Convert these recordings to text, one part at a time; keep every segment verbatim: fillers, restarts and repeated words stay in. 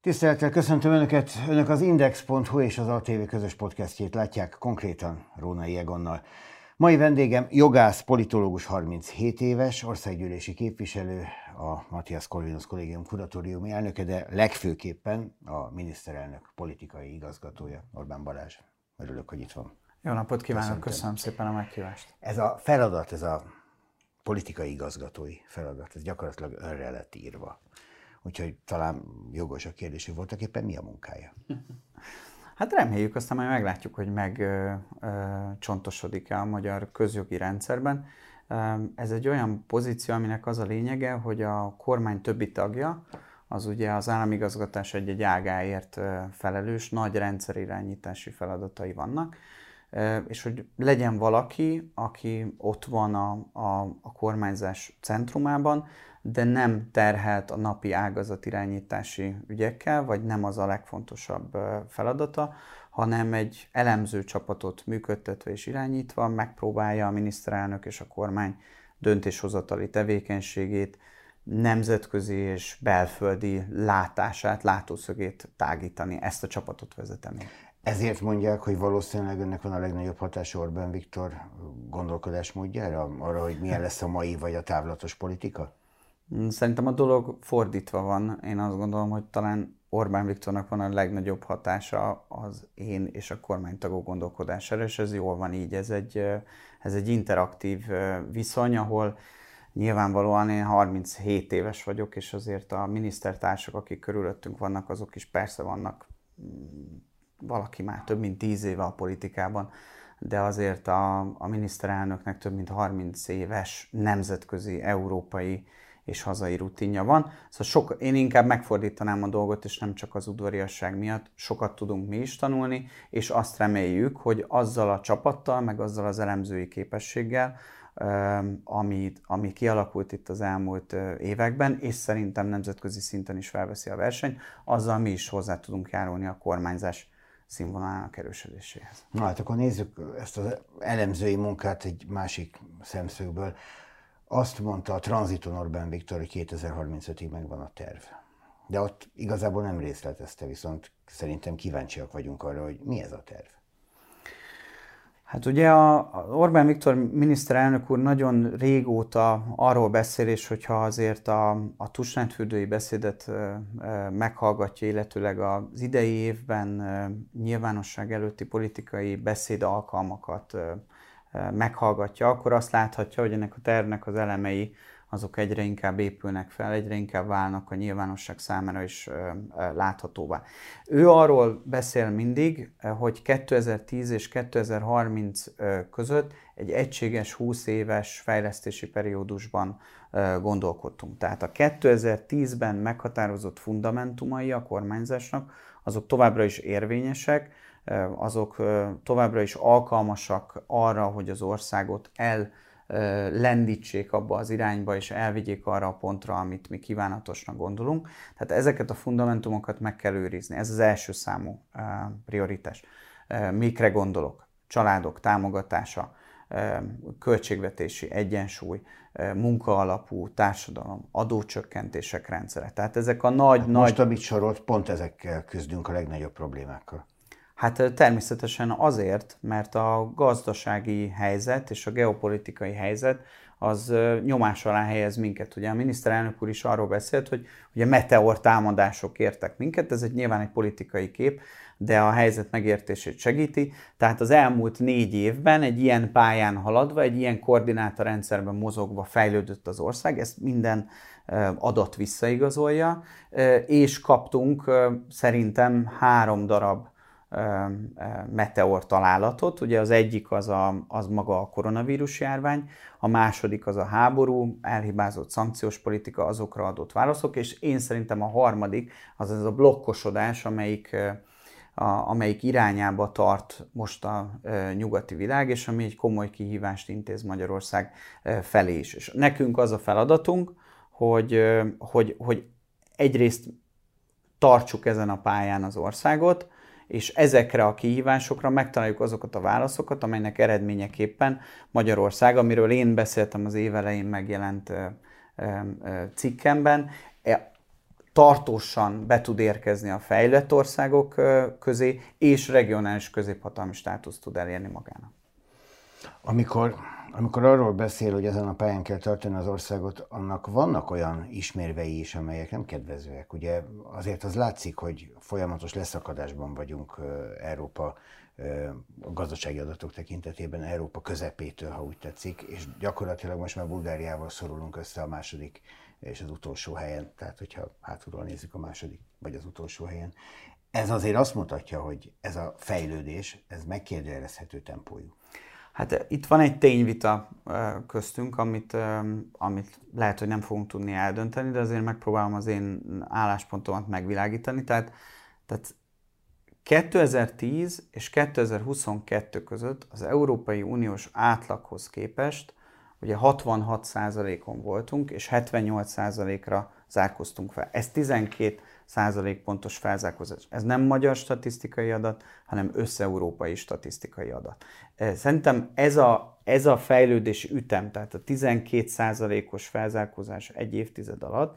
Tisztelettel köszöntöm Önöket! Önök az Index pont hu és az á té vé közös podcastjét látják, konkrétan Rónai Egonnal. Mai vendégem jogász, politológus, harminchét éves, országgyűlési képviselő, a Matthias Corvinus Kollégium kuratóriumi elnöke, de legfőképpen a miniszterelnök politikai igazgatója, Orbán Balázs. Örülök, hogy itt van. Jó napot kívánok, köszönöm, köszönöm szépen a meghívást. Ez a feladat, ez a politikai igazgatói feladat, ez gyakorlatilag önre lett írva. Úgyhogy talán jogos a kérdés, hogy voltak éppen mi a munkája? Hát reméljük, aztán majd meglátjuk, hogy megcsontosodik-e a magyar közjogi rendszerben. Ez egy olyan pozíció, aminek az a lényege, hogy a kormány többi tagja, az ugye az államigazgatás egy-egy ágáért felelős, nagy rendszerirányítási feladatai vannak, és hogy legyen valaki, aki ott van a, a, a kormányzás centrumában, de nem terhelt a napi ágazatirányítási ügyekkel, vagy nem az a legfontosabb feladata, hanem egy elemző csapatot működtetve és irányítva megpróbálja a miniszterelnök és a kormány döntéshozatali tevékenységét, nemzetközi és belföldi látását, látószögét tágítani. Ezt a csapatot vezetem én. Ezért mondják, hogy valószínűleg önnek van a legnagyobb hatása Orbán Viktor gondolkodásmódjára, arra, hogy milyen lesz a mai vagy a távlatos politika? Szerintem a dolog fordítva van. Én azt gondolom, hogy talán Orbán Viktornak van a legnagyobb hatása az én és a kormánytagok gondolkodására, és ez jól van így. Ez egy, ez egy interaktív viszony, ahol nyilvánvalóan én harminchét éves vagyok, és azért a minisztertársak, akik körülöttünk vannak, azok is persze vannak, valaki már több mint tíz éve a politikában, de azért a, a miniszterelnöknek több mint harminc éves nemzetközi, európai és hazai rutinja van. Szóval sok, én inkább megfordítanám a dolgot, és nem csak az udvariasság miatt, sokat tudunk mi is tanulni, és azt reméljük, hogy azzal a csapattal, meg azzal az elemzői képességgel, ami, ami kialakult itt az elmúlt években, és szerintem nemzetközi szinten is felveszi a versenyt, azzal mi is hozzá tudunk járulni a kormányzás színvonalának erősödéséhez. Na hát akkor nézzük ezt az elemzői munkát egy másik szemszögből. Azt mondta a tranziton Orbán Viktor, hogy kétezer-harmincötig megvan a terv. De ott igazából nem részletezte, viszont szerintem kíváncsiak vagyunk arra, hogy mi ez a terv. Hát ugye a Orbán Viktor miniszterelnök úr nagyon régóta arról beszél, és hogyha azért a, a tusnádfürdői beszédet e, e, meghallgatja, illetőleg az idei évben e, nyilvánosság előtti politikai beszéd alkalmakat e, e, meghallgatja, akkor azt láthatja, hogy ennek a tervnek az elemei azok egyre inkább épülnek fel, egyre inkább válnak a nyilvánosság számára is láthatóvá. Ő arról beszél mindig, hogy kétezer-tíz és kétezer-harminc között egy egységes húsz éves fejlesztési periódusban gondolkodtunk. Tehát a kétezer-tízben meghatározott fundamentumai a kormányzásnak, azok továbbra is érvényesek, azok továbbra is alkalmasak arra, hogy az országot el lendítsék abba az irányba, és elvigyék arra a pontra, amit mi kívánatosnak gondolunk. Tehát ezeket a fundamentumokat meg kell őrizni. Ez az első számú prioritás. Mikre gondolok? Családok támogatása, költségvetési egyensúly, munkaalapú társadalom, adócsökkentések rendszere. Tehát ezek a nagy... Hát nagy... Most, amit sorolt, pont ezekkel küzdünk a legnagyobb problémákkal. Hát természetesen azért, mert a gazdasági helyzet és a geopolitikai helyzet az nyomás alá helyez minket. Ugye a miniszterelnök úr is arról beszélt, hogy ugye meteor támadások értek minket, ez egy nyilván egy politikai kép, de a helyzet megértését segíti. Tehát az elmúlt négy évben egy ilyen pályán haladva, egy ilyen koordinátorrendszerben mozogva fejlődött az ország, ezt minden adat visszaigazolja, és kaptunk szerintem három darab meteor találatot. Ugye az egyik az, a, az maga a koronavírus járvány, a második az a háború, elhibázott szankciós politika, azokra adott válaszok, és én szerintem a harmadik az az a blokkosodás, amelyik, a, amelyik irányába tart most a e, nyugati világ, és ami egy komoly kihívást intéz Magyarország e, felé is. És nekünk az a feladatunk, hogy, e, hogy, hogy egyrészt tartsuk ezen a pályán az országot, és ezekre a kihívásokra megtaláljuk azokat a válaszokat, amelynek eredményeképpen Magyarország, amiről én beszéltem az év elején megjelent cikkemben, tartósan be tud érkezni a fejlett országok közé, és regionális középhatalmi státuszt tud elérni magának. Amikor, amikor arról beszél, hogy ezen a pályán kell tartani az országot, annak vannak olyan ismérvei is, amelyek nem kedvezőek. Ugye azért az látszik, hogy folyamatos leszakadásban vagyunk Európa a gazdasági adatok tekintetében, Európa közepétől, ha úgy tetszik, és gyakorlatilag most már Bulgáriával szorulunk össze a második és az utolsó helyen, tehát hogyha hátulról nézzük a második vagy az utolsó helyen. Ez azért azt mutatja, hogy ez a fejlődés, ez megkérdőjelezhető tempójú. Hát itt van egy tényvita köztünk, amit, amit lehet, hogy nem fogunk tudni eldönteni, de azért megpróbálom az én álláspontomat megvilágítani. Tehát, tehát kétezer-tíz és kétezer-huszonkettő között az Európai Uniós átlaghoz képest ugye hatvanhat százalékon voltunk, és hetvennyolc százalékra zárkóztunk fel. Ez tizenkét százalék pontos felzárkózás. Ez nem magyar statisztikai adat, hanem összeurópai statisztikai adat. Szerintem ez a, ez a fejlődési ütem, tehát a tizenkét százalékos felzárkózás egy évtized alatt,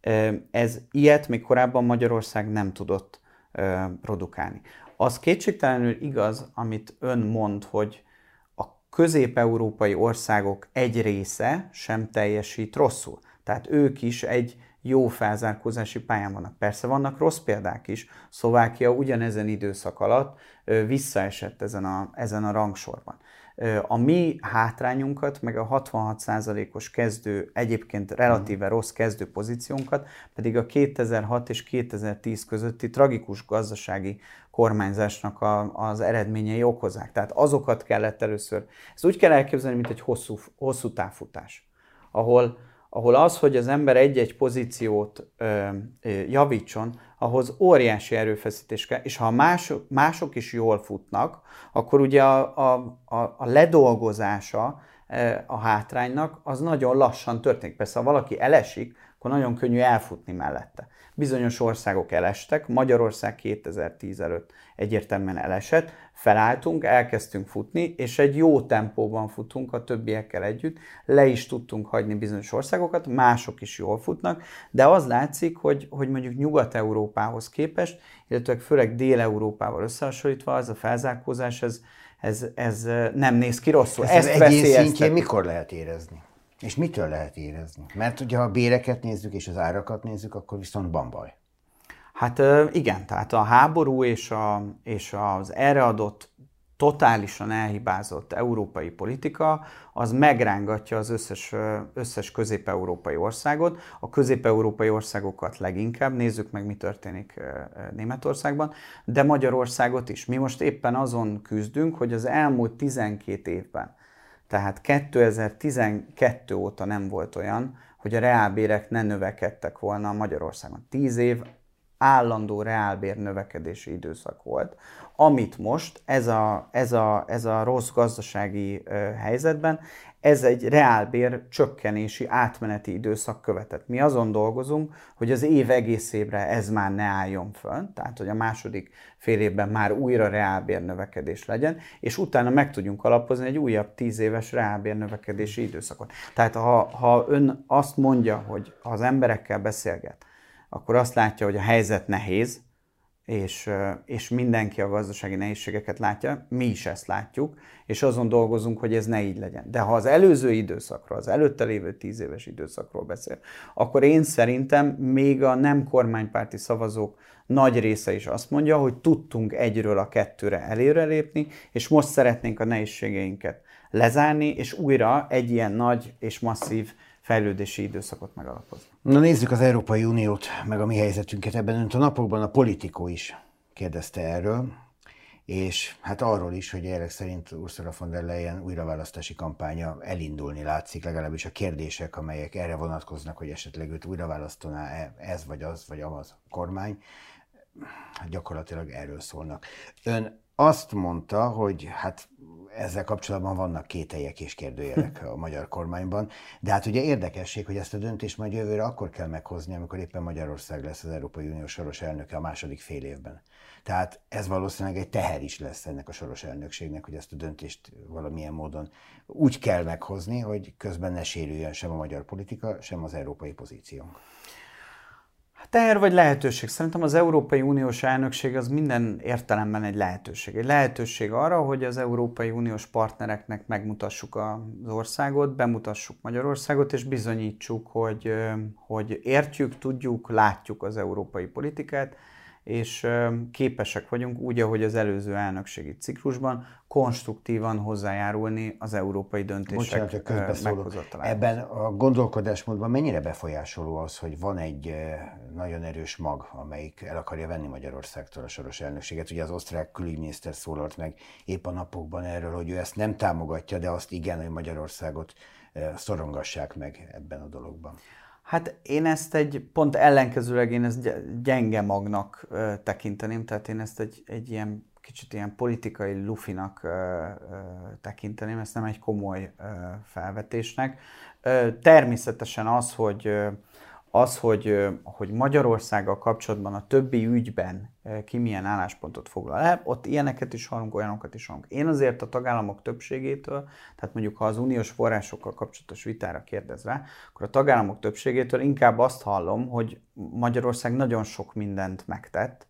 ez ilyet még korábban Magyarország nem tudott produkálni. Az kétségtelenül igaz, amit ön mond, hogy a közép-európai országok egy része sem teljesít rosszul. Tehát ők is egy jó felzárkózási pályán vannak. Persze vannak rossz példák is. Szlovákia ugyanezen időszak alatt visszaesett ezen a, ezen a rangsorban. A mi hátrányunkat, meg a hatvanhat százalékos kezdő, egyébként relatíve rossz kezdő pozíciónkat, pedig a kétezer-hat és kétezer-tíz közötti tragikus gazdasági kormányzásnak a, az eredményei okozzák. Tehát azokat kellett először, ezt úgy kell elképzelni, mint egy hosszú, hosszú távfutás, ahol ahol az, hogy az ember egy-egy pozíciót ö, ö, javítson, ahhoz óriási erőfeszítés kell, és ha mások, mások is jól futnak, akkor ugye a, a, a, a ledolgozása ö, a hátránynak az nagyon lassan történik. Persze, ha valaki elesik, akkor nagyon könnyű elfutni mellette. Bizonyos országok elestek, Magyarország kétezer-tíz előtt egyértelműen elesett, felálltunk, elkezdtünk futni, és egy jó tempóban futunk a többiekkel együtt, le is tudtunk hagyni bizonyos országokat, mások is jól futnak, de az látszik, hogy, hogy mondjuk Nyugat-Európához képest, illetve főleg Dél-Európával összehasonlítva, ez a felzárkózás, ez, ez, ez nem néz ki rosszul. Ezt, Ezt az egyén szintjén mikor lehet érezni? És mitől lehet érezni? Mert ugye ha a béreket nézzük és az árakat nézzük, akkor viszont van baj. Hát igen, tehát a háború és, a, és az erre adott totálisan elhibázott európai politika, az megrángatja az összes, összes közép-európai országot, a közép-európai országokat leginkább, nézzük meg, mi történik Németországban, de Magyarországot is. Mi most éppen azon küzdünk, hogy az elmúlt tizenkét évben, tehát kétezer-tizenkettő óta nem volt olyan, hogy a reálbérek ne növekedtek volna Magyarországon. Tíz év állandó reálbér növekedési időszak volt, amit most ez a, ez a, ez a rossz gazdasági uh, helyzetben, ez egy reálbér csökkenési átmeneti időszak követett. Mi azon dolgozunk, hogy az év egész évre ez már ne álljon fönn, tehát hogy a második fél évben már újra reálbér növekedés legyen, és utána meg tudjunk alapozni egy újabb tíz éves reálbér növekedési időszakot. Tehát ha, ha ön azt mondja, hogy ha az emberekkel beszélget, akkor azt látja, hogy a helyzet nehéz, és, és mindenki a gazdasági nehézségeket látja, mi is ezt látjuk, és azon dolgozunk, hogy ez ne így legyen. De ha az előző időszakról, az előtte lévő tíz éves időszakról beszél, akkor én szerintem még a nem kormánypárti szavazók nagy része is azt mondja, hogy tudtunk egyről a kettőre előrelépni, és most szeretnénk a nehézségeinket lezárni, és újra egy ilyen nagy és masszív fejlődési időszakot megalapozni. Na nézzük az Európai Uniót, meg a mi helyzetünket ebben. Önt a napokban a Politico is kérdezte erről, és hát arról is, hogy ezek szerint Ursula von der Leyen újraválasztási kampánya elindulni látszik, legalábbis a kérdések, amelyek erre vonatkoznak, hogy esetleg őt újraválasztaná ez vagy az, vagy az kormány, hát gyakorlatilag erről szólnak. Ön azt mondta, hogy hát ezzel kapcsolatban vannak kételyek és kérdőjelek a magyar kormányban, de hát ugye érdekesség, hogy ezt a döntést majd jövőre akkor kell meghozni, amikor éppen Magyarország lesz az Európai Unió soros elnöke a második fél évben. Tehát ez valószínűleg egy teher is lesz ennek a soros elnökségnek, hogy ezt a döntést valamilyen módon úgy kell meghozni, hogy közben ne sérüljön sem a magyar politika, sem az európai pozíciónk. Teher vagy lehetőség. Szerintem az Európai Uniós elnökség az minden értelemben egy lehetőség. Egy lehetőség arra, hogy az Európai Uniós partnereknek megmutassuk az országot, bemutassuk Magyarországot, és bizonyítsuk, hogy, hogy értjük, tudjuk, látjuk az európai politikát, és képesek vagyunk úgy, ahogy az előző elnökségi ciklusban konstruktívan hozzájárulni az európai döntések meghozatalához. Ebben a gondolkodásmódban mennyire befolyásoló az, hogy van egy nagyon erős mag, amelyik el akarja venni Magyarországtól a soros elnökséget? Ugye az osztrák külügyminiszter szólalt meg épp a napokban erről, hogy ő ezt nem támogatja, de azt igen, hogy Magyarországot szorongassák meg ebben a dologban. Hát én ezt egy, pont ellenkezőleg én ezt gyenge magnak ö, tekinteném, tehát én ezt egy, egy ilyen kicsit ilyen politikai lufinak ö, ö, tekinteném, ezt nem egy komoly ö, felvetésnek. Ö, természetesen az, hogy ö, az, hogy, hogy Magyarországgal kapcsolatban a többi ügyben ki milyen álláspontot foglal el, ott ilyeneket is hallunk, olyanokat is hallunk. Én azért a tagállamok többségétől, tehát mondjuk ha az uniós forrásokkal kapcsolatos vitára kérdez rá, akkor a tagállamok többségétől inkább azt hallom, hogy Magyarország nagyon sok mindent megtett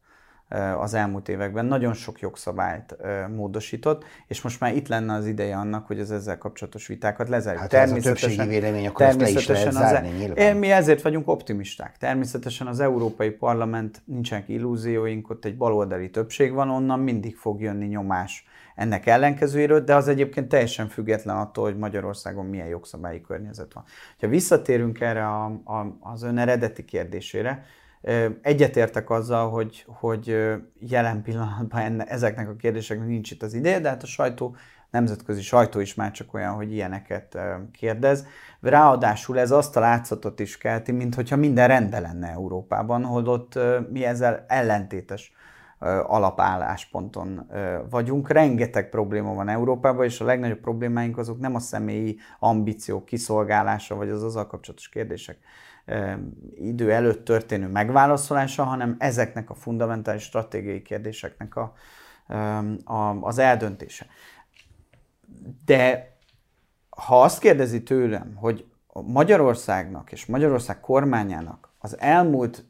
az elmúlt években, nagyon sok jogszabályt módosított, és most már itt lenne az ideje annak, hogy az ezzel kapcsolatos vitákat lezárjuk. Hát természetesen, ez a többségi vélemény, akkor ezt le is lehet zárni, nyilván. Mi ezért vagyunk optimisták. Természetesen az Európai Parlament nincsenek illúzióink, ott egy baloldali többség van, onnan mindig fog jönni nyomás ennek ellenkezőjéről, de az egyébként teljesen független attól, hogy Magyarországon milyen jogszabályi környezet van. Ha visszatérünk erre a, a, az ön eredeti kérdésére, egyetértek azzal, hogy, hogy jelen pillanatban enne, ezeknek a kérdéseknek nincs itt az ideje, de hát a sajtó, nemzetközi sajtó is már csak olyan, hogy ilyeneket kérdez. Ráadásul ez azt a látszatot is kelti, mintha minden rendben lenne Európában, holott mi ezzel ellentétes alapállásponton vagyunk. Rengeteg probléma van Európában, és a legnagyobb problémáink azok nem a személyi ambíciók kiszolgálása, vagy az azzal kapcsolatos kérdések idő előtt történő megválaszolása, hanem ezeknek a fundamentális stratégiai kérdéseknek a, a, az eldöntése. De ha azt kérdezi tőlem, hogy Magyarországnak és Magyarország kormányának az elmúlt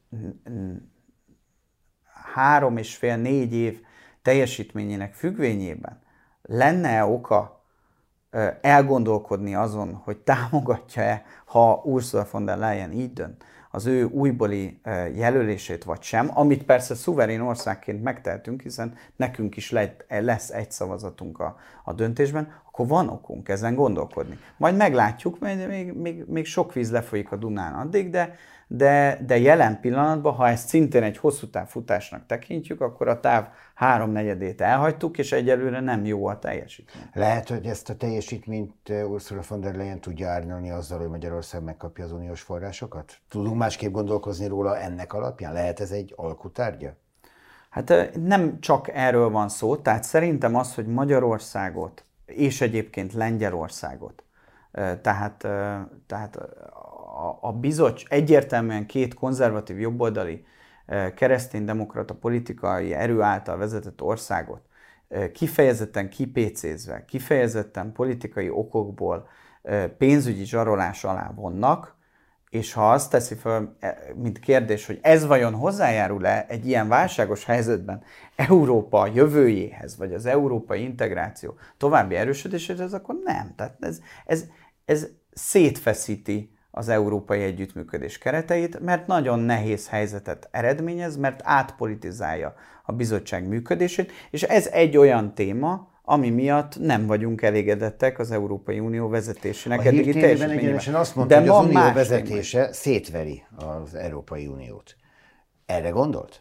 három és fél, négy év teljesítményének függvényében lenne-e oka elgondolkodni azon, hogy támogatja-e, ha Ursula von der Leyen így dönt, az ő újbóli jelölését vagy sem, amit persze szuverén országként megtehetünk, hiszen nekünk is lesz egy szavazatunk a, a döntésben, akkor van okunk ezen gondolkodni. Majd meglátjuk, mert még, még, még sok víz lefolyik a Dunán addig, de, de, de jelen pillanatban, ha ezt szintén egy hosszú táv futásnak tekintjük, akkor a táv háromnegyedét elhagytuk, és egyelőre nem jó a teljesítmény. Lehet, hogy ezt a teljesítményt Ursula von der Leyen tudja árnyalni azzal, hogy Magyarország megkapja az uniós forrásokat? Tudunk másképp gondolkozni róla ennek alapján? Lehet ez egy alkutárgya? Hát nem csak erről van szó, tehát szerintem az, hogy Magyarországot és egyébként Lengyelországot, tehát, tehát a, a bizottság egyértelműen két konzervatív jobboldali kereszténydemokrata politikai erő által vezetett országot kifejezetten kipécézve, kifejezetten politikai okokból pénzügyi zsarolás alá vonnak, és ha azt teszi fel, mint kérdés, hogy ez vajon hozzájárul-e egy ilyen válságos helyzetben Európa jövőjéhez, vagy az európai integráció további erősödéséhez, akkor nem. Tehát ez, ez, ez szétfeszíti az európai együttműködés kereteit, mert nagyon nehéz helyzetet eredményez, mert átpolitizálja a bizottság működését, és ez egy olyan téma, ami miatt nem vagyunk elégedettek az Európai Unió vezetésének eddigi teljesítményével. Egyenesen azt mondta, hogy az Unió vezetése téma. szétveri az Európai Uniót. Erre gondolt?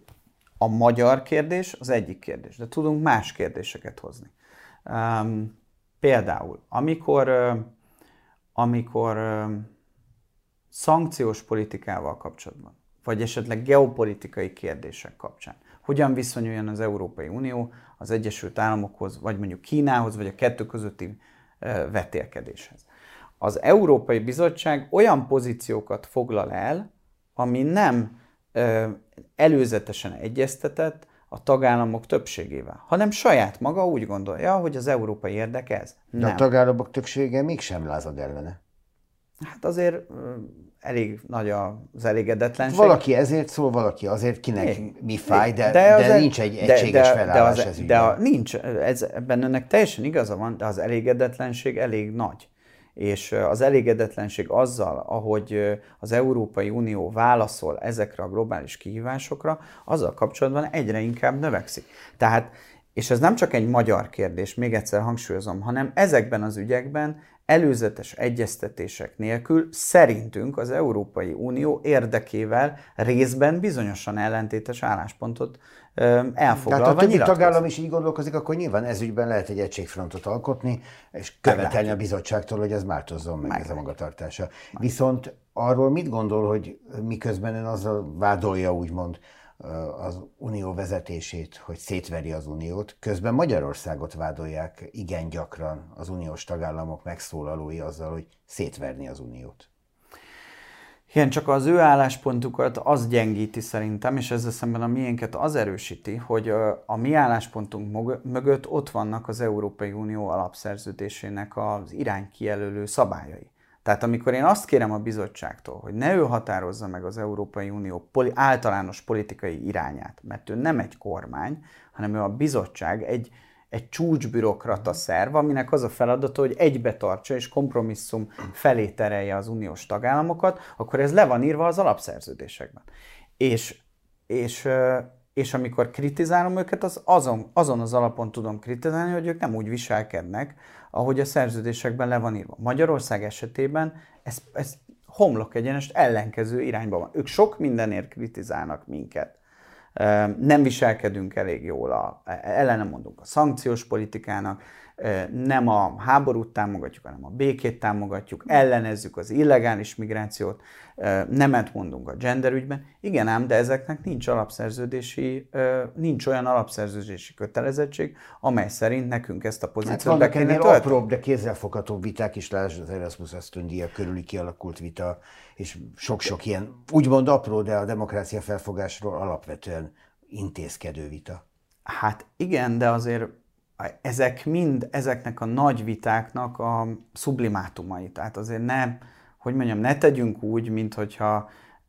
A magyar kérdés az egyik kérdés, de tudunk más kérdéseket hozni. Um, például, amikor, uh, amikor uh, szankciós politikával kapcsolatban, vagy esetleg geopolitikai kérdések kapcsán, hogyan viszonyuljon az Európai Unió az Egyesült Államokhoz, vagy mondjuk Kínához, vagy a kettő közötti vetélkedéshez. Az Európai Bizottság olyan pozíciókat foglal el, ami nem előzetesen egyeztetett a tagállamok többségével, hanem saját maga úgy gondolja, hogy az európai érdek ez. Nem. De a tagállamok többsége mégsem lázad ellene. Hát azért elég nagy az elégedetlenség. Valaki ezért szól, valaki azért, kinek é, mi fáj, de, de, de nincs egy egységes de, felállás de az, ez ügyben. De a, nincs, ez, ebben önnek teljesen igaza van, de az elégedetlenség elég nagy. És az elégedetlenség azzal, ahogy az Európai Unió válaszol ezekre a globális kihívásokra, azzal kapcsolatban egyre inkább növekszik. Tehát, és ez nem csak egy magyar kérdés, még egyszer hangsúlyozom, hanem ezekben az ügyekben előzetes egyeztetések nélkül szerintünk az Európai Unió érdekével részben bizonyosan ellentétes álláspontot elfoglalva Tehát ha többi nyilatkozik. tagállam is így gondolkozik, akkor nyilván ez ügyben lehet egy egységfrontot alkotni, és követelni a bizottságtól, hogy ez változzon meg, meg ez a magatartása. Meg. Viszont arról mit gondol, hogy miközben ön azzal vádolja úgymond az unió vezetését, hogy szétveri az uniót, közben Magyarországot vádolják igen gyakran az uniós tagállamok megszólalói azzal, hogy szétverni az uniót. Igen, csak az ő álláspontukat az gyengíti szerintem, és ezzel szemben a miénket az erősíti, hogy a mi álláspontunk mögött ott vannak az Európai Unió alapszerződésének az iránykijelölő szabályai. Tehát amikor én azt kérem a bizottságtól, hogy ne ő határozza meg az Európai Unió poli- általános politikai irányát, mert ő nem egy kormány, hanem ő a bizottság, egy, egy csúcsbürokrata szerv, aminek az a feladata, hogy egybe tartsa és kompromisszum felé terelje az uniós tagállamokat, akkor ez le van írva az alapszerződésekben. És, és, és amikor kritizálom őket, az azon, azon az alapon tudom kritizálni, hogy ők nem úgy viselkednek, ahogy a szerződésekben le van írva. Magyarország esetében ez, ez homlok egyenest ellenkező irányba van. Ők sok mindenért kritizálnak minket. Nem viselkedünk elég jól, a, ellenem mondunk a szankciós politikának, nem a háborút támogatjuk, hanem a békét támogatjuk, ellenezzük az illegális migrációt, nemet mondunk a genderügyben. Igen ám, de ezeknek nincs alapszerződési, nincs olyan alapszerződési kötelezettség, amely szerint nekünk ezt a pozíciót hát be kéne tölteni. Apróbb, de kézzelfoghatóbb viták is, lásd az Erasmus ösztöndíjak körüli kialakult vita, és sok-sok ilyen, úgymond apró, de a demokrácia felfogásról alapvetően intézkedő vita. Hát igen, de azért ezek mind, ezeknek a nagy vitáknak a sublimátumai. Tehát azért ne, hogy mondjam, ne tegyünk úgy, minthogyha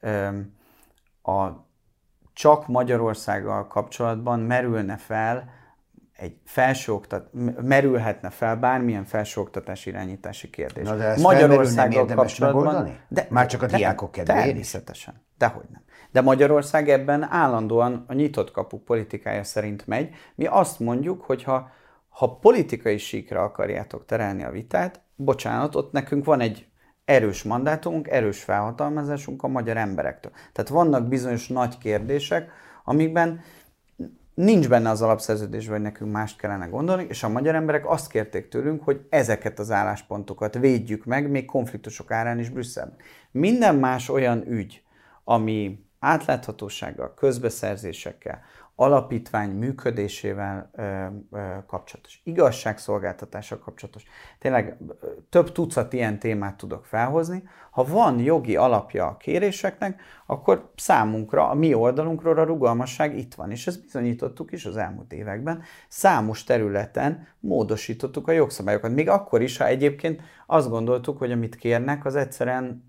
a csak Magyarországgal kapcsolatban merülne fel egy felsőoktat, merülhetne fel bármilyen felsőoktatás irányítási kérdés. Na de ezt Magyarországgal kapcsolatban, de, már csak a de, diákok kedvéért. Természetesen, dehogy nem. De Magyarország ebben állandóan a nyitott kapuk politikája szerint megy. Mi azt mondjuk, hogy ha, ha politikai síkra akarjátok terelni a vitát, bocsánat, ott nekünk van egy erős mandátumunk, erős felhatalmazásunk a magyar emberektől. Tehát vannak bizonyos nagy kérdések, amikben nincs benne az alapszerződésben, hogy nekünk mást kellene gondolni, és a magyar emberek azt kérték tőlünk, hogy ezeket az álláspontokat védjük meg, még konfliktusok árán is Brüsszelben. Minden más olyan ügy, ami átláthatósággal, közbeszerzésekkel, alapítvány működésével ö, ö, kapcsolatos, igazságszolgáltatással kapcsolatos. Tényleg több tucat ilyen témát tudok felhozni. Ha van jogi alapja a kéréseknek, akkor számunkra, a mi oldalunkról a rugalmasság itt van, és ezt bizonyítottuk is az elmúlt években. Számos területen módosítottuk a jogszabályokat, még akkor is, ha egyébként azt gondoltuk, hogy amit kérnek, az egyszerűen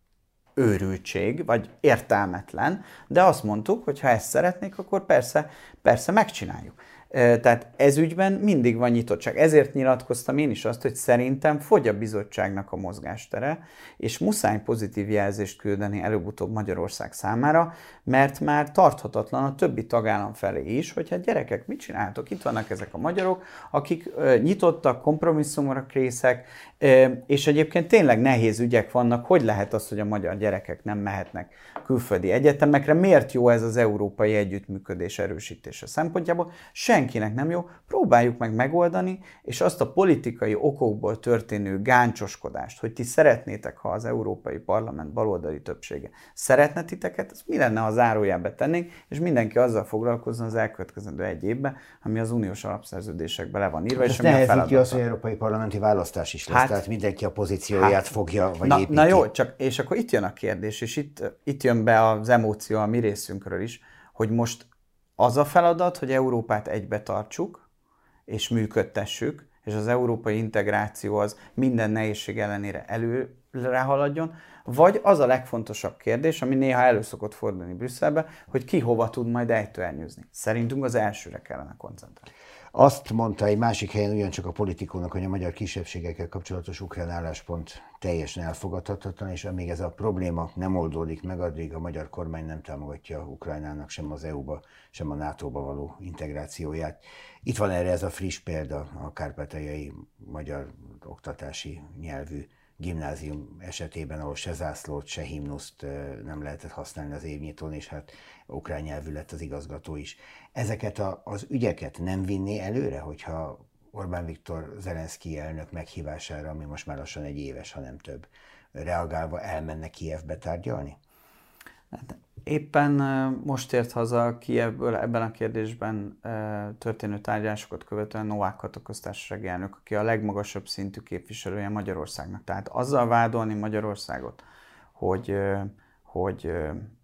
őrültség, vagy értelmetlen, de azt mondtuk, hogy ha ezt szeretnék, akkor persze, persze megcsináljuk. Tehát ez ügyben mindig van nyitottság. Ezért nyilatkoztam én is azt, hogy szerintem fogy a bizottságnak a mozgástere, és muszáj pozitív jelzést küldeni előbb-utóbb Magyarország számára, mert már tarthatatlan a többi tagállam felé is, hogy hát gyerekek, mit csináltok? Itt vannak ezek a magyarok, akik nyitottak, kompromisszumra készek, és egyébként tényleg nehéz ügyek vannak. Hogy lehet az, hogy a magyar gyerekek nem mehetnek külföldi egyetemekre? Miért jó ez az európai együttműködés erősítése szempontjából? Senkinek nem jó. Próbáljuk meg megoldani, és azt a politikai okokból történő gáncsoskodást, hogy ti szeretnétek, ha az Európai Parlament baloldali többsége szeretne titeket, ez mi lenne, ha zárójelbe tennénk, és mindenki azzal foglalkozzon az elkövetkezendő egy évben, ami az uniós alapszerződésekben le van írva, és ami a feladata. Ki az, hogy európai parlamenti választás is lesz, hát, tehát mindenki a pozícióját hát, fogja, vagy na, építi. Na jó, csak, és akkor itt jön a kérdés, és itt, itt jön be az emóció a mi részünkről is, hogy most az a feladat, hogy Európát egybe tartsuk, és működtessük, és az európai integráció az minden nehézség ellenére elő, lehaladjon, vagy az a legfontosabb kérdés, ami néha elő szokott fordulni Brüsszelbe, hogy ki hova tud majd ejtőernyőzni. Szerintünk az elsőre kellene koncentrálni. Azt mondta egy másik helyen ugyancsak a Politikónak, hogy a magyar kisebbségekkel kapcsolatos ukrán álláspont teljesen elfogadhatatlan, és amíg ez a probléma nem oldódik meg, addig a magyar kormány nem támogatja Ukrajnának sem az é u-ba, sem a nátóba való integrációját. Itt van erre ez a friss példa, a kárpátaljai magyar oktatási nyelvű gimnázium esetében, ahol se zászlót, se himnuszt nem lehetett használni az évnyitón, és hát ukrán nyelvű lett az igazgató is. Ezeket a, az ügyeket nem vinné előre, hogyha Orbán Viktor Zelenszkij elnök meghívására, ami most már lassan egy éves, ha nem több, reagálva elmenne Kijevbe tárgyalni? Hát éppen most ért haza Kijevből ebben a kérdésben történő tárgyalásokat követően Novák Kata köztársasági elnök, aki a legmagasabb szintű képviselője Magyarországnak. Tehát azzal vádolni Magyarországot, hogy, hogy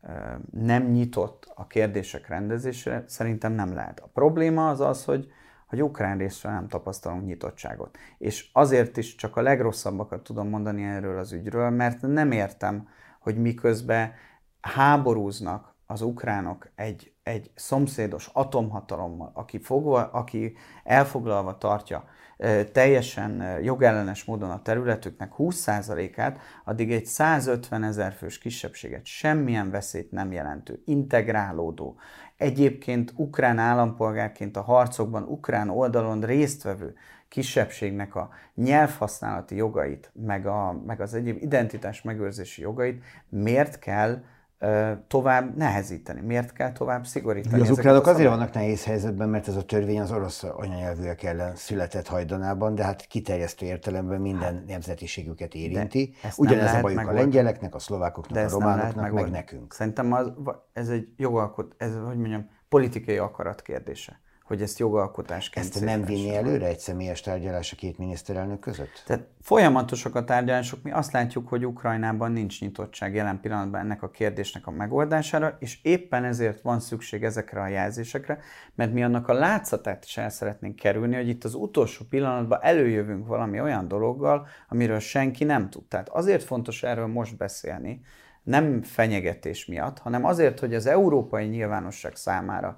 nem nyitott a kérdések rendezésére, szerintem nem lehet. A probléma az az, hogy hogy ukrán részről nem tapasztalunk nyitottságot. És azért is csak a legrosszabbakat tudom mondani erről az ügyről, mert nem értem, hogy miközben háborúznak az ukránok egy, egy szomszédos atomhatalommal, aki, fogva, aki elfoglalva tartja e, teljesen jogellenes módon a területüknek húsz százalékát, addig egy százötven ezer fős kisebbséget, semmilyen veszélyt nem jelentő, integrálódó, egyébként ukrán állampolgárként a harcokban ukrán oldalon résztvevő kisebbségnek a nyelvhasználati jogait, meg, a, meg az egyéb identitás megőrzési jogait miért kell uh, tovább nehezíteni, miért kell tovább szigorítani? Az ukránok azért vannak nehéz helyzetben, mert ez a törvény az orosz anyanyelvűek ellen született hajdanában, de hát kiterjesztő értelemben minden hát, nemzetiségüket érinti. Ugyanez a bajuk a lengyeleknek, a szlovákoknak, a románoknak, meg nekünk. Szerintem az, ez egy jogalkot, ez, hogy mondjam, politikai akarat kérdése, hogy ezt jogalkotásként... Ezt nem vinni előre egy személyes tárgyalás a két miniszterelnök között? Tehát folyamatosak a tárgyalások, mi azt látjuk, hogy Ukrajnában nincs nyitottság jelen pillanatban ennek a kérdésnek a megoldására, és éppen ezért van szükség ezekre a jelzésekre, mert mi annak a látszatát is el szeretnénk kerülni, hogy itt az utolsó pillanatban előjövünk valami olyan dologgal, amiről senki nem tud. Tehát azért fontos erről most beszélni, nem fenyegetés miatt, hanem azért, hogy az európai nyilvánosság számára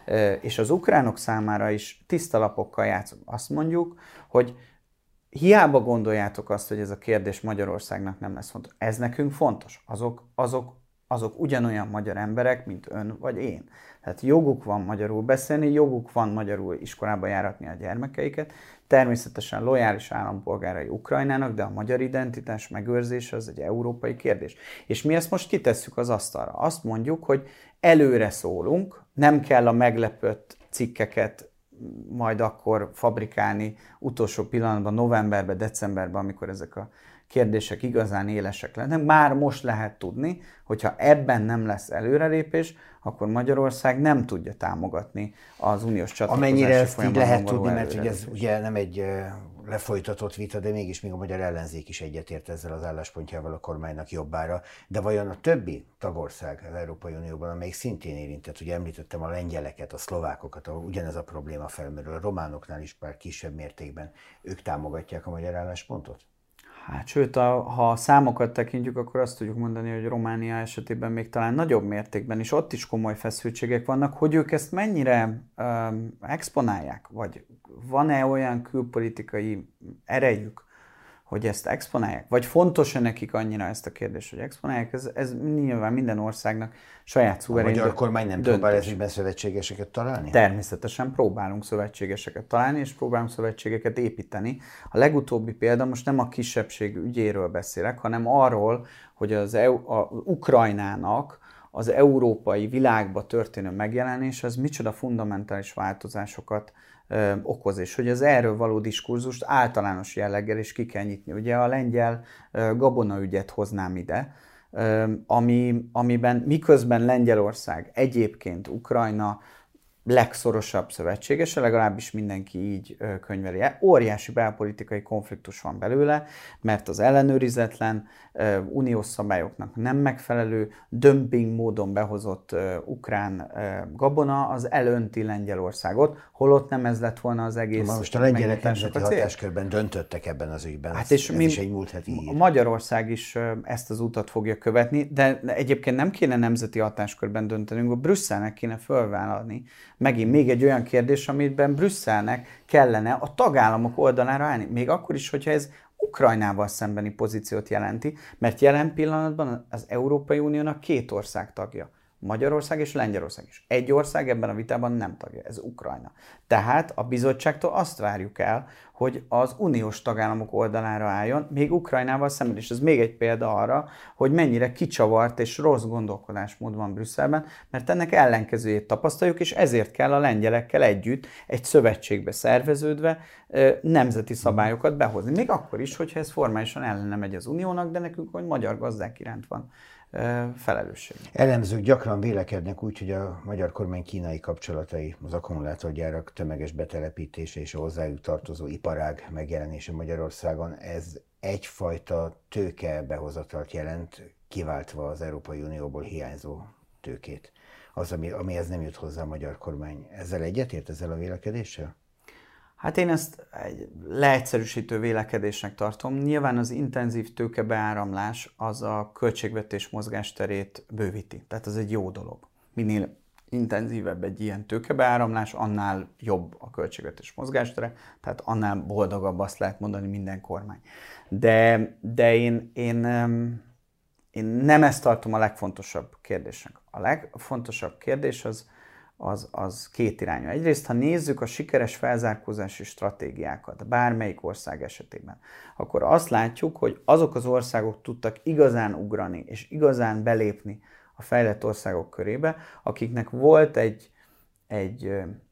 és az ukránok számára is tiszta lapokkal játszunk. Azt mondjuk, hogy hiába gondoljátok azt, hogy ez a kérdés Magyarországnak nem lesz fontos. Ez nekünk fontos. Azok, azok, azok ugyanolyan magyar emberek, mint ön vagy én. Tehát joguk van magyarul beszélni, joguk van magyarul iskolába járatni a gyermekeiket. Természetesen lojális állampolgárai Ukrajnának, de a magyar identitás megőrzése az egy európai kérdés. És mi ezt most kitesszük az asztalra. Azt mondjuk, hogy előre szólunk, nem kell a meglepött cikkeket majd akkor fabrikálni utolsó pillanatban, novemberben, decemberben, amikor ezek a kérdések igazán élesek lennek. Már most lehet tudni, hogyha ebben nem lesz előrelépés, akkor Magyarország nem tudja támogatni az uniós csatlakozási Amennyire ezt így lehet tudni, mert ugye ez ugye nem egy lefolytatott vita, de mégis még a magyar ellenzék is egyetért ezzel az álláspontjával a kormánynak jobbára. De vajon a többi tagország az Európai Unióban, amelyik szintén érintett, ugye említettem a lengyeleket, a szlovákokat, ahol ugyanez a probléma felmerül, a románoknál is pár kisebb mértékben, ők támogatják a magyar álláspontot? Hát sőt, a, ha a számokat tekintjük, akkor azt tudjuk mondani, hogy Románia esetében még talán nagyobb mértékben is, ott is komoly feszültségek vannak, hogy ők ezt mennyire um, exponálják, vagy van-e olyan külpolitikai erejük, hogy ezt exponálják, vagy fontos-e nekik annyira ezt a kérdést, hogy exponálják, ez, ez nyilván minden országnak saját szuverén döntés. A magyar kormány nem próbál ezekben szövetségeseket találni? Természetesen próbálunk szövetségeseket találni, és próbálunk szövetségeket építeni. A legutóbbi példa, most nem a kisebbség ügyéről beszélek, hanem arról, hogy az EU, a Ukrajnának az európai világba történő megjelenés, az micsoda fundamentális változásokat ö, okoz, és hogy az erről való diskurzust általános jelleggel is ki kell nyitni. Ugye a lengyel ö, gabonaügyet hoznám ide, ö, ami, amiben miközben Lengyelország egyébként Ukrajna legszorosabb szövetségese, legalábbis mindenki így könyveli el. Óriási belpolitikai konfliktus van belőle, mert az ellenőrizetlen, uniós szabályoknak nem megfelelő, dömping módon behozott ukrán gabona az elönti Lengyelországot, holott nem ez lett volna az egész. Ma most a lengyelek nemzeti hatáskörben döntöttek ebben az ügyben. Hát és ez mi, is egy múlt heti hír. Magyarország is ezt az utat fogja követni, de egyébként nem kéne nemzeti hatáskörben döntenünk, a Brüsszelnek kéne fölvállalni. Megint még egy olyan kérdés, amiben Brüsszelnek kellene a tagállamok oldalára állni. Még akkor is, hogyha ez Ukrajnával szembeni pozíciót jelenti, mert jelen pillanatban az Európai Uniónak két ország tagja. Magyarország és Lengyelország is. Egy ország ebben a vitában nem tagja, ez Ukrajna. Tehát a bizottságtól azt várjuk el, hogy az uniós tagállamok oldalára álljon, még Ukrajnával szemben. És ez még egy példa arra, hogy mennyire kicsavart és rossz gondolkodásmód van Brüsszelben, mert ennek ellenkezőjét tapasztaljuk, és ezért kell a lengyelekkel együtt egy szövetségbe szerveződve nemzeti szabályokat behozni. Még akkor is, hogyha ez formálisan ellene megy az uniónak, de nekünk, hogy magyar gazdák iránt van felelősség. Elemzők gyakran vélekednek úgy, hogy a magyar kormány kínai kapcsolatai, az akkumulátorgyárak tömeges betelepítése és a hozzájuk tartozó iparág megjelenése Magyarországon, ez egyfajta tőke behozatalt jelent, kiváltva az Európai Unióból hiányzó tőkét. Az, ami, amihez nem jut hozzá a magyar kormány. Ezzel egyetért, ezzel a vélekedéssel? Hát én ezt egy leegyszerűsítő vélekedésnek tartom. Nyilván az intenzív tőkebeáramlás az a költségvetés mozgásterét bővíti. Tehát ez egy jó dolog. Minél intenzívebb egy ilyen tőkebeáramlás, annál jobb a költségvetés mozgástere, tehát annál boldogabb, azt lehet mondani, minden kormány. De, de én, én, én nem ezt tartom a legfontosabb kérdésnek. A legfontosabb kérdés az, Az, az két irányú. Egyrészt, ha nézzük a sikeres felzárkózási stratégiákat bármelyik ország esetében, akkor azt látjuk, hogy azok az országok tudtak igazán ugrani és igazán belépni a fejlett országok körébe, akiknek volt egy, egy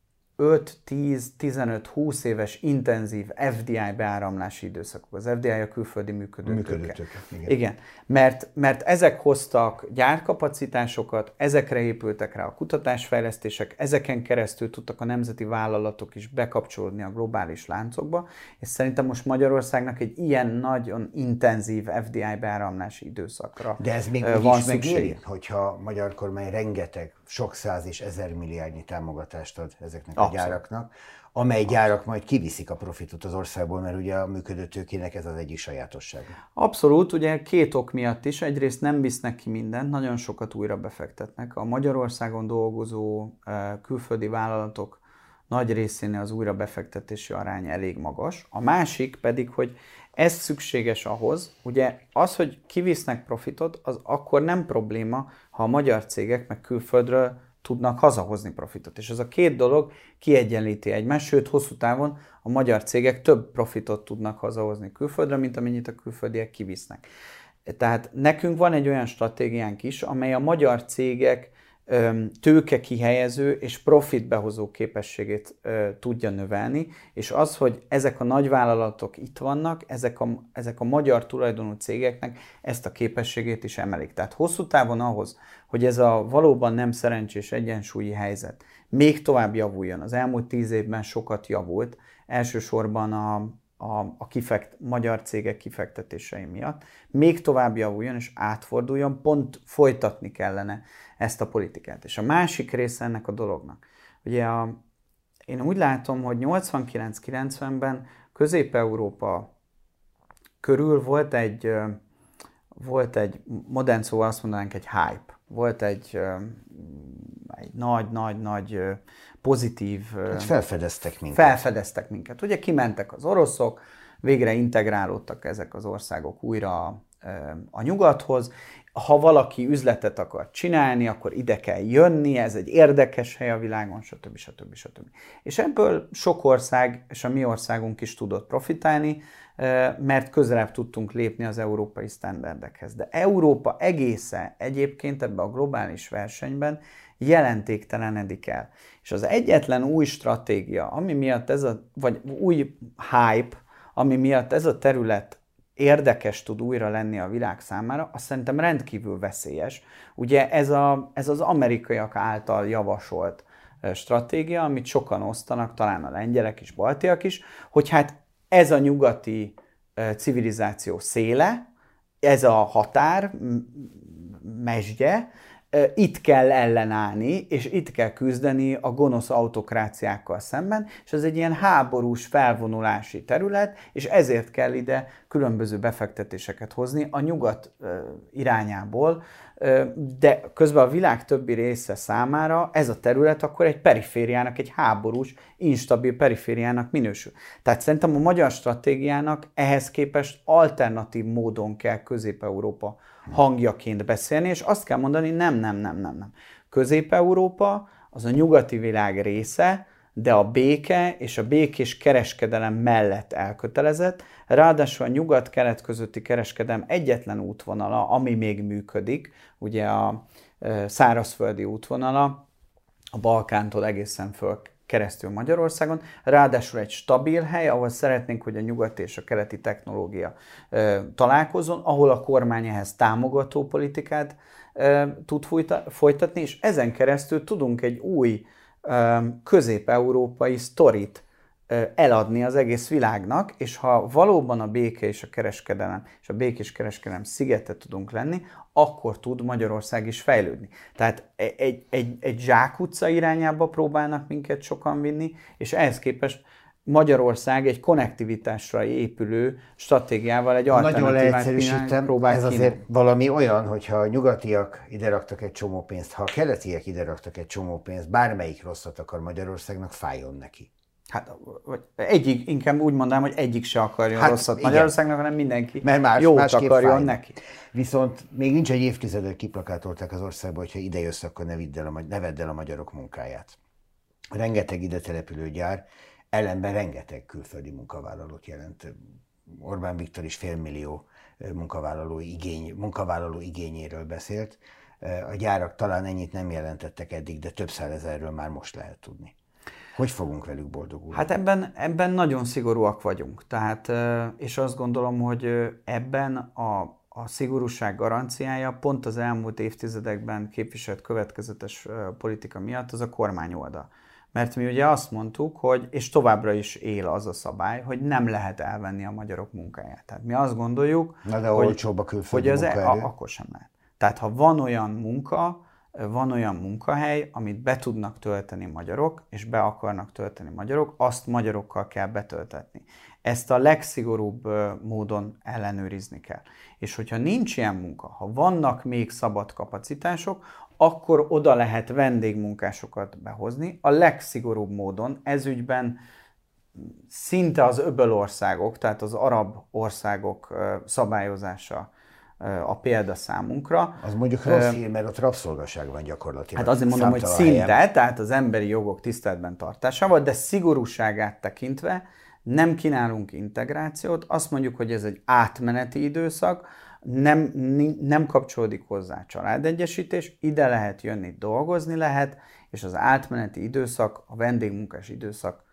öt, tíz, tizenöt, húsz éves intenzív ef dé i beáramlási időszakok. Az ef dé i a külföldi működőtőke. Igen. igen. Mert, mert ezek hoztak gyárkapacitásokat, ezekre épültek rá a kutatásfejlesztések, ezeken keresztül tudtak a nemzeti vállalatok is bekapcsolódni a globális láncokba, és szerintem most Magyarországnak egy ilyen nagyon intenzív ef dé i beáramlási időszakra De ez még van is szükség. Megéri, hogyha a magyar kormány rengeteg, sok száz és ezer milliárdnyi támogatást ad ezeknek a Abszolút. gyáraknak, amely gyárak majd kiviszik a profitot az országból, mert ugye a működőtőkének ez az egyik sajátossága. Abszolút, ugye két ok miatt is. Egyrészt nem visznek ki mindent, nagyon sokat újra befektetnek. A Magyarországon dolgozó külföldi vállalatok nagy részénél az újra befektetési arány elég magas. A másik pedig, hogy ez szükséges ahhoz, ugye az, hogy kivisznek profitot, az akkor nem probléma, ha a magyar cégek meg külföldről tudnak hazahozni profitot. És ez a két dolog kiegyenlíti egymást, sőt, hosszú távon a magyar cégek több profitot tudnak hazahozni külföldre, mint amennyit a külföldiek kivisznek. Tehát nekünk van egy olyan stratégiánk is, amely a magyar cégek tőke kihelyező és profit behozó képességét tudja növelni, és az, hogy ezek a nagyvállalatok itt vannak, ezek a, ezek a magyar tulajdonú cégeknek ezt a képességét is emelik. Tehát hosszú távon ahhoz, hogy ez a valóban nem szerencsés egyensúlyi helyzet még tovább javuljon, az elmúlt tíz évben sokat javult, elsősorban a, a, a kifekt, magyar cégek kifektetései miatt, még tovább javuljon és átforduljon, pont folytatni kellene ezt a politikát. És a másik része ennek a dolognak. Ugye a, én úgy látom, hogy nyolcvankilenc-kilencvenben Közép-Európa körül volt egy, volt egy, modern szóval azt mondanánk, egy hype. Volt egy, egy nagy-nagy-nagy pozitív... Hát felfedeztek minket. Felfedeztek minket. Ugye kimentek az oroszok, végre integrálódtak ezek az országok újra a nyugathoz. Ha valaki üzletet akar csinálni, akkor ide kell jönni, ez egy érdekes hely a világon, stb. stb. stb. És ebből sok ország, és a mi országunk is tudott profitálni, mert közelebb tudtunk lépni az európai sztenderdekhez. De Európa egészen egyébként ebben a globális versenyben jelentéktelenedik el. És az egyetlen új stratégia, ami miatt ez a, vagy új hype, ami miatt ez a terület érdekes tud újra lenni a világ számára, azt szerintem rendkívül veszélyes. Ugye ez, a, ez az amerikaiak által javasolt stratégia, amit sokan osztanak, talán a lengyelek is, baltiak is, hogy hát ez a nyugati civilizáció széle, ez a határ, mesdje, itt kell ellenállni, és itt kell küzdeni a gonosz autokráciákkal szemben, és ez egy ilyen háborús felvonulási terület, és ezért kell ide különböző befektetéseket hozni a nyugat irányából, de közben a világ többi része számára ez a terület akkor egy perifériának, egy háborús, instabil perifériának minősül. Tehát szerintem a magyar stratégiának ehhez képest alternatív módon kell Közép-Európa hangjaként beszélni, és azt kell mondani, nem, nem, nem, nem, nem. Közép-Európa az a nyugati világ része, de a béke és a békés kereskedelem mellett elkötelezett, ráadásul a nyugat-kelet közötti kereskedelem egyetlen útvonala, ami még működik, ugye a szárazföldi útvonala, a Balkántól egészen föl keresztül Magyarországon, ráadásul egy stabil hely, ahol szeretnénk, hogy a nyugati és a keleti technológia ö, találkozzon, ahol a kormány ehhez támogató politikát ö, tud folytatni, és ezen keresztül tudunk egy új ö, közép-európai sztorit ö, eladni az egész világnak, és ha valóban a béke és a kereskedelem, és a békés kereskedelem szigete tudunk lenni, akkor tud Magyarország is fejlődni. Tehát egy, egy, egy zsákutca irányába próbálnak minket sokan vinni, és ehhez képest Magyarország egy konnektivitásra épülő stratégiával egy alternatívát próbál ez azért valami olyan, hogyha a nyugatiak ide raktak egy csomó pénzt, ha a keletiek ide raktak egy csomó pénzt, bármelyik rosszat akar Magyarországnak, fájjon neki. Hát egyik, inkább úgy mondanám, hogy egyik se akarja hát, rosszat igen. Magyarországnak, hanem mindenki Mert más, jót akarjon fájna. Neki. Viszont még nincs egy évtizedek kiplakátolták az országba, hogyha ide jössz, akkor ne, vidd el a, ne vedd el a magyarok munkáját. Rengeteg ide települő gyár, ellenben rengeteg külföldi munkavállalót jelent. Orbán Viktor is félmillió munkavállaló, igény, munkavállaló igényéről beszélt. A gyárak talán ennyit nem jelentettek eddig, de több százezerről már most lehet tudni. Hogy fogunk velük boldogulni? Hát ebben, ebben nagyon szigorúak vagyunk. Tehát, és azt gondolom, hogy ebben a, a szigorúság garanciája pont az elmúlt évtizedekben képviselt következetes politika miatt az a kormányoldal. Mert mi ugye azt mondtuk, hogy, és továbbra is él az a szabály, hogy nem lehet elvenni a magyarok munkáját. Tehát mi azt gondoljuk, Na de hogy, olcsóbb a külföldi hogy az munkaerő. E, akkor sem lehet. Tehát ha van olyan munka, van olyan munkahely, amit be tudnak tölteni magyarok, és be akarnak tölteni magyarok, azt magyarokkal kell betöltetni. Ezt a legszigorúbb módon ellenőrizni kell. És hogyha nincs ilyen munka, ha vannak még szabad kapacitások, akkor oda lehet vendégmunkásokat behozni. A legszigorúbb módon ezügyben szinte az öbölországok, tehát az arab országok szabályozása a példa számunkra. Az mondjuk rossz hír, mert ott rabszolgaság van gyakorlatilag. Hát azért mondom, hogy szinte, helyen. Tehát az emberi jogok tiszteletben tartásával, de szigorúságát tekintve nem kínálunk integrációt, azt mondjuk, hogy ez egy átmeneti időszak, nem, nem kapcsolódik hozzá családegyesítés, ide lehet jönni, dolgozni lehet, és az átmeneti időszak, a vendégmunkás időszak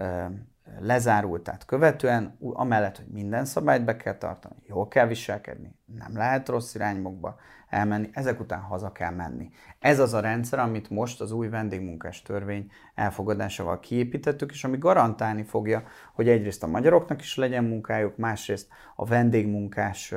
lezárultát követően, amellett, hogy minden szabályt be kell tartani, jól kell viselkedni, nem lehet rossz irányokba elmenni, ezek után haza kell menni. Ez az a rendszer, amit most az új vendégmunkás törvény elfogadásával kiépítettük, és ami garantálni fogja, hogy egyrészt a magyaroknak is legyen munkájuk, másrészt a vendégmunkás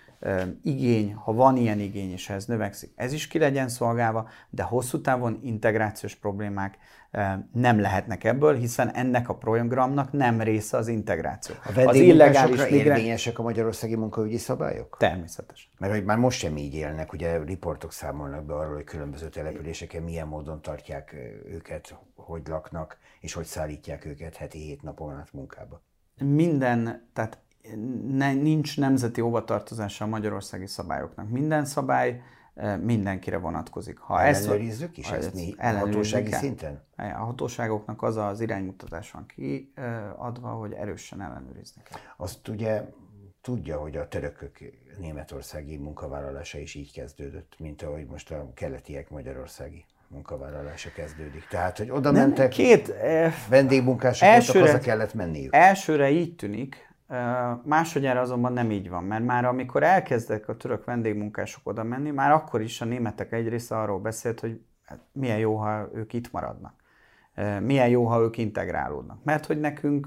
igény, ha van ilyen igény, és ez növekszik, ez is ki legyen szolgálva, de hosszú távon integrációs problémák nem lehetnek ebből, hiszen ennek a programnak nem része az integráció. A vendégmunkásokra érvényesek a magyarországi munkaügyi szabályok? Természetesen. Mert hogy már most sem így élnek, ugye riportok számolnak be arról, hogy különböző településeken milyen módon tartják őket, hogy laknak, és hogy szállítják őket heti hét napon át munkába. Minden, tehát Ne, nincs nemzeti hovatartozása a magyarországi szabályoknak. Minden szabály mindenkire vonatkozik. Ha ellenőrizzük is ezt mi hatósági kell. szinten? A hatóságoknak az az iránymutatás van kiadva, hogy erősen ellenőrizni kell. Azt ugye tudja, hogy a törökök németországi munkavállalása is így kezdődött, mint ahogy most a keletiek magyarországi munkavállalása kezdődik. Tehát, hogy oda Nem, mentek, két, vendégmunkások voltak, haza kellett menniük. Elsőre így tűnik, másodjára azonban nem így van, mert már amikor elkezdtek a török vendégmunkások oda menni, már akkor is a németek egy része arról beszélt, hogy milyen jó, ha ők itt maradnak. milyen jó, ha ők integrálódnak. Mert hogy nekünk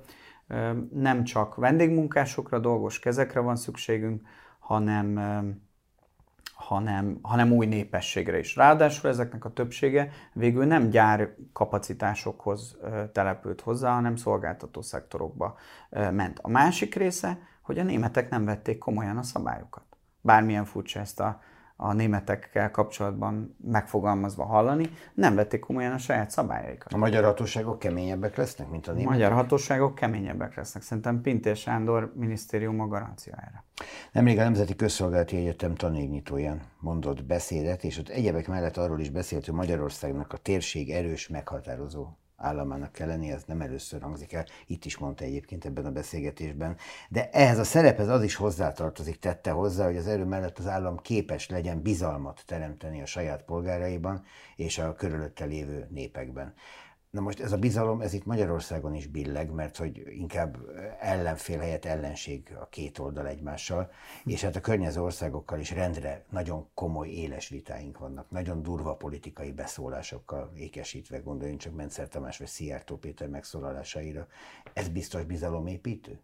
nem csak vendégmunkásokra, dolgos kezekre van szükségünk, hanem, hanem, hanem új népességre is. Ráadásul ezeknek a többsége végül nem gyár kapacitásokhoz települt hozzá, hanem szolgáltató szektorokba ment. A másik része, hogy a németek nem vették komolyan a szabályokat. Bármilyen furcsa ezt a, a németekkel kapcsolatban megfogalmazva hallani, nem vették komolyan a saját szabályaikat. A magyar hatóságok keményebbek lesznek, mint a németek? A magyar hatóságok keményebbek lesznek. Szerintem Pintér Sándor minisztérium a garancia erre. Nemrég a Nemzeti Közszolgálati Egyetem tanévnyitóján mondott beszédet, és ott egyebek mellett arról is beszélt, hogy Magyarországnak a térség erős, meghatározó államának kell lenni, ez nem először hangzik el, itt is mondta egyébként ebben a beszélgetésben. De ehhez a szerephez az is hozzátartozik, tette hozzá, hogy az erő mellett az állam képes legyen bizalmat teremteni a saját polgáraiban és a körülötte lévő népekben. Na most ez a bizalom, ez itt Magyarországon is billeg, mert hogy inkább ellenfél helyett ellenség a két oldal egymással, és hát a környező országokkal is rendre nagyon komoly, éles vitáink vannak, nagyon durva politikai beszólásokkal ékesítve, gondoljunk csak Mencer Tamás vagy Szijjártó Péter megszólalásaira. Ez biztos bizalomépítő?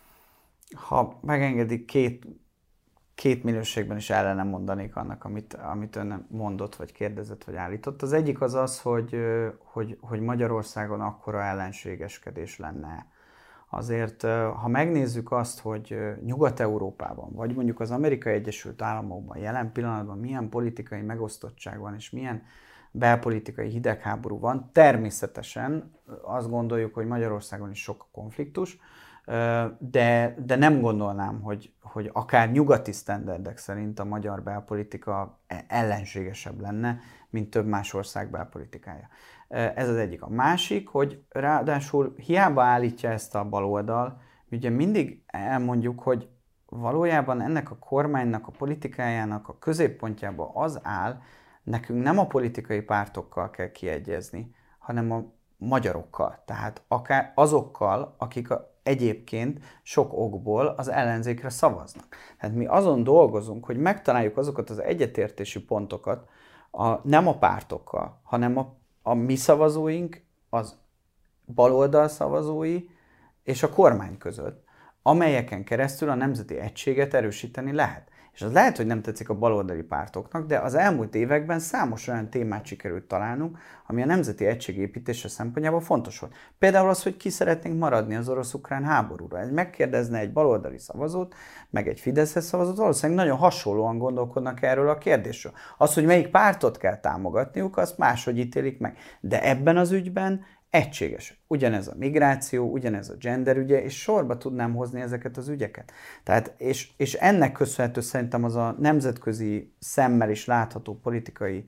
Ha megengedik, két, két minőségben is ellenem mondanék annak, amit, amit ön mondott, vagy kérdezett, vagy állított. Az egyik az az, hogy, hogy, hogy Magyarországon akkora ellenségeskedés lenne. Azért, ha megnézzük azt, hogy Nyugat-Európában, vagy mondjuk az Amerikai Egyesült Államokban jelen pillanatban milyen politikai megosztottság van, és milyen belpolitikai hidegháború van, természetesen azt gondoljuk, hogy Magyarországon is sok a konfliktus, De, de nem gondolnám, hogy, hogy akár nyugati sztenderdek szerint a magyar belpolitika ellenségesebb lenne, mint több más ország belpolitikája. Ez az egyik. A másik, hogy ráadásul hiába állítja ezt a baloldal, ugye mindig elmondjuk, hogy valójában ennek a kormánynak, a politikájának a középpontjában az áll, nekünk nem a politikai pártokkal kell kiegyezni, hanem a magyarokkal. Tehát akár azokkal, akik a egyébként sok okból az ellenzékre szavaznak. Tehát mi azon dolgozunk, hogy megtaláljuk azokat az egyetértési pontokat, a, nem a pártokkal, hanem a, a mi szavazóink, az baloldal szavazói és a kormány között, amelyeken keresztül a nemzeti egységet erősíteni lehet. És az lehet, hogy nem tetszik a baloldali pártoknak, de az elmúlt években számos olyan témát sikerült találnunk, ami a nemzeti egység építése szempontjából fontos volt. Például az, hogy ki szeretnénk maradni az orosz-ukrán háborúra. Ez megkérdezne egy baloldali szavazót, meg egy Fideszes szavazót, valószínűleg nagyon hasonlóan gondolkodnak erről a kérdésről. Az, hogy melyik pártot kell támogatniuk, azt máshogy ítélik meg. De ebben az ügyben egységes. Ugyanez a migráció, ugyanez a gender ügye, és sorba tudnám hozni ezeket az ügyeket. Tehát, és, és ennek köszönhető szerintem az a nemzetközi szemmel is látható politikai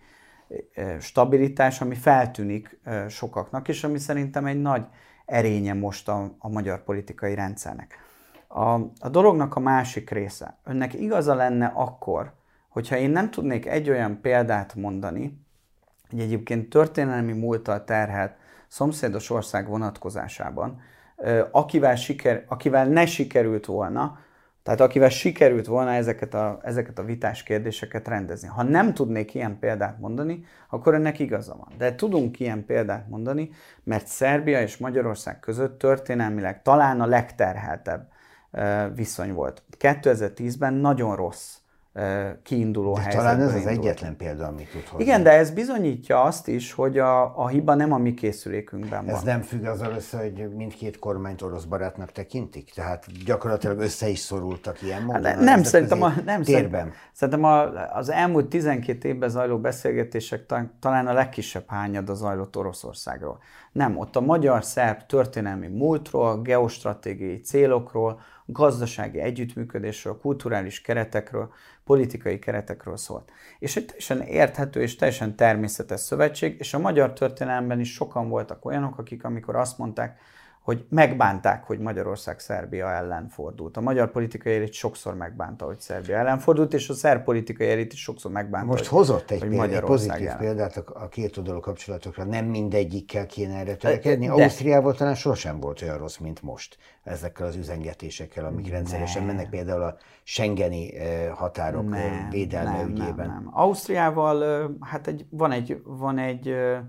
stabilitás, ami feltűnik sokaknak, és ami szerintem egy nagy erénye most a, a magyar politikai rendszernek. A, a dolognak a másik része. Önnek igaza lenne akkor, hogyha én nem tudnék egy olyan példát mondani, hogy egyébként történelmi múlttal terhelt szomszédos ország vonatkozásában, akivel, siker, akivel ne sikerült volna, tehát akivel sikerült volna ezeket a, ezeket a vitás kérdéseket rendezni. Ha nem tudnék ilyen példát mondani, akkor ennek igaza van. De tudunk ilyen példát mondani, mert Szerbia és Magyarország között történelmileg talán a legterheltebb viszony volt. kétezer-tízben nagyon rossz kiinduló de helyzetben talán ez az indult. egyetlen példa, amit tud hozni. Igen, de ez bizonyítja azt is, hogy a, a hiba nem a mi készülékünkben van. Ez nem függ azzal össze, hogy mindkét kormányt orosz barátnak tekintik? Tehát gyakorlatilag össze is szorultak ilyen módon? Hát nem, szerintem, a, nem térben. Szerintem a, az elmúlt tizenkét évben zajló beszélgetések talán a legkisebb hányada zajlott Oroszországról. Nem, ott a magyar-szerb történelmi múltról, geostratégiai célokról, gazdasági együttműködésről, kulturális keretekről, politikai keretekről szólt. És egy teljesen érthető és teljesen természetes szövetség, és a magyar történelemben is sokan voltak olyanok, akik amikor azt mondták, hogy megbánták, hogy Magyarország Szerbia ellen fordult. A magyar politikai elit sokszor megbánta, hogy Szerbia ellen fordult, és a szerb politikai elit is sokszor megbánta, most hogy, hozott egy, hogy példát, egy pozitív ellen. példát a két oldalú kapcsolatokra, nem mindegyikkel kéne erre törekedni. De... Ausztriával talán sosem volt olyan rossz, mint most ezekkel az üzengetésekkel, amik ne. rendszeresen mennek, például a schengeni határok nem, védelme nem, ügyében. Nem, nem. Ausztriával hát egy, van egy, van egy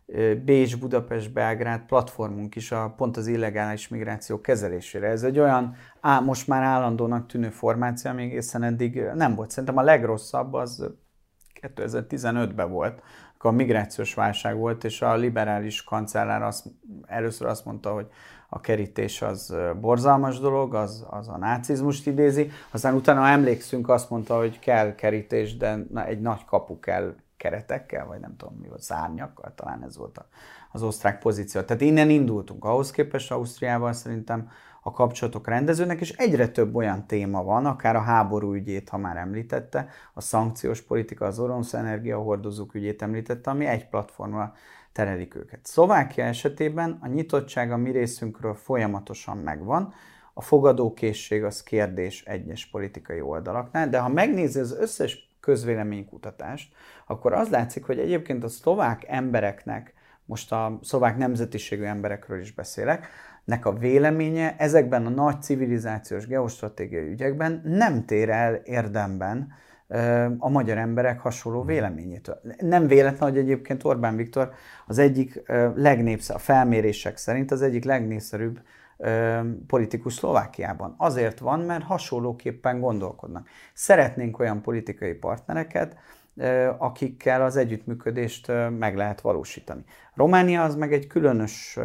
Bécs, Budapest, Belgrád platformunk is a, pont az illegális migráció kezelésére. Ez egy olyan á, most már állandónak tűnő formáció, ami egészen eddig nem volt. Szerintem a legrosszabb az kétezer-tizenötben volt, akkor a migrációs válság volt, és a liberális kancellár azt, először azt mondta, hogy a kerítés az borzalmas dolog, az, az a nácizmust idézi, aztán utána emlékszünk, azt mondta, hogy kell kerítés, de na, egy nagy kapu kell keretekkel, vagy nem tudom mi volt, szárnyakkal, talán ez volt az osztrák pozíció. Tehát innen indultunk. Ahhoz képest Ausztriával szerintem a kapcsolatok rendeződnek, és egyre több olyan téma van, akár a háború ügyét, ha már említette, a szankciós politika, az orosz energiahordozók ügyét említette, ami egy platformra terelik őket. Szlovákia esetében a nyitottság a mi részünkről folyamatosan megvan, a fogadókészség az kérdés egyes politikai oldalaknál, de ha megnézi az összes közvéleménykutatást, akkor az látszik, hogy egyébként a szlovák embereknek, most a szlovák nemzetiségű emberekről is beszélek, nek a véleménye ezekben a nagy civilizációs geostratégiai ügyekben nem tér el érdemben a magyar emberek hasonló véleményétől. Nem véletlen, hogy egyébként Orbán Viktor az egyik legnépszerűbb, a felmérések szerint az egyik legnépszerűbb politikus Szlovákiában. Azért van, mert hasonlóképpen gondolkodnak. Szeretnénk olyan politikai partnereket, akikkel az együttműködést meg lehet valósítani. Románia az meg egy különös,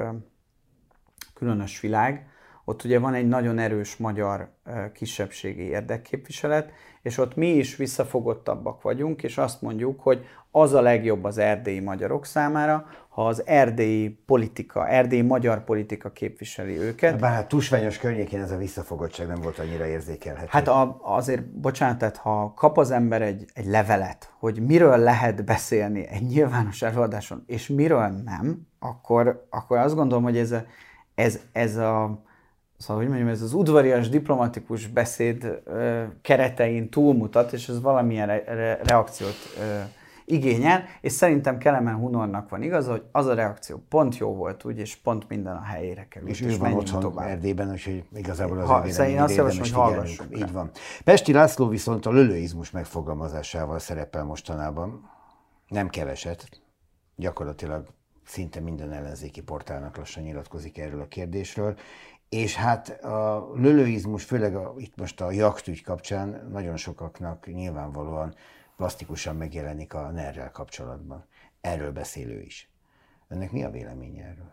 különös világ. Ott ugye van egy nagyon erős magyar kisebbségi érdekképviselet, és ott mi is visszafogottabbak vagyunk, és azt mondjuk, hogy az a legjobb az erdélyi magyarok számára, ha az erdélyi politika, erdélyi magyar politika képviseli őket. Bár hát Tusványos környékén ez a visszafogottság nem volt annyira érzékelhető. Hát a, azért, bocsánat, tehát ha kap az ember egy, egy levelet, hogy miről lehet beszélni egy nyilvános előadáson, és miről nem, akkor, akkor azt gondolom, hogy ez a, ez, ez a Szóval, hogy mondjam, ez az udvarias, diplomatikus beszéd ö, keretein túlmutat, és ez valamilyen re- re- reakciót ö, igényel, és szerintem Kelemen Hunornak van igaz, hogy az a reakció pont jó volt úgy, és pont minden a helyére került. És, és ő van otthon tovább. Erdélyben, úgyhogy igazából az ha, ő véleményére érdemes figyelnünk. Így van. Pesti László viszont a lölőizmus megfogalmazásával szerepel mostanában. Nem keveset. Gyakorlatilag szinte minden ellenzéki portálnak lassan nyilatkozik erről a kérdésről. És hát a lölőizmus, főleg a, itt most a jachtügy kapcsán nagyon sokaknak nyilvánvalóan plastikusan megjelenik a nerrel kapcsolatban. Erről beszélő is. Önnek mi a véleménye erről?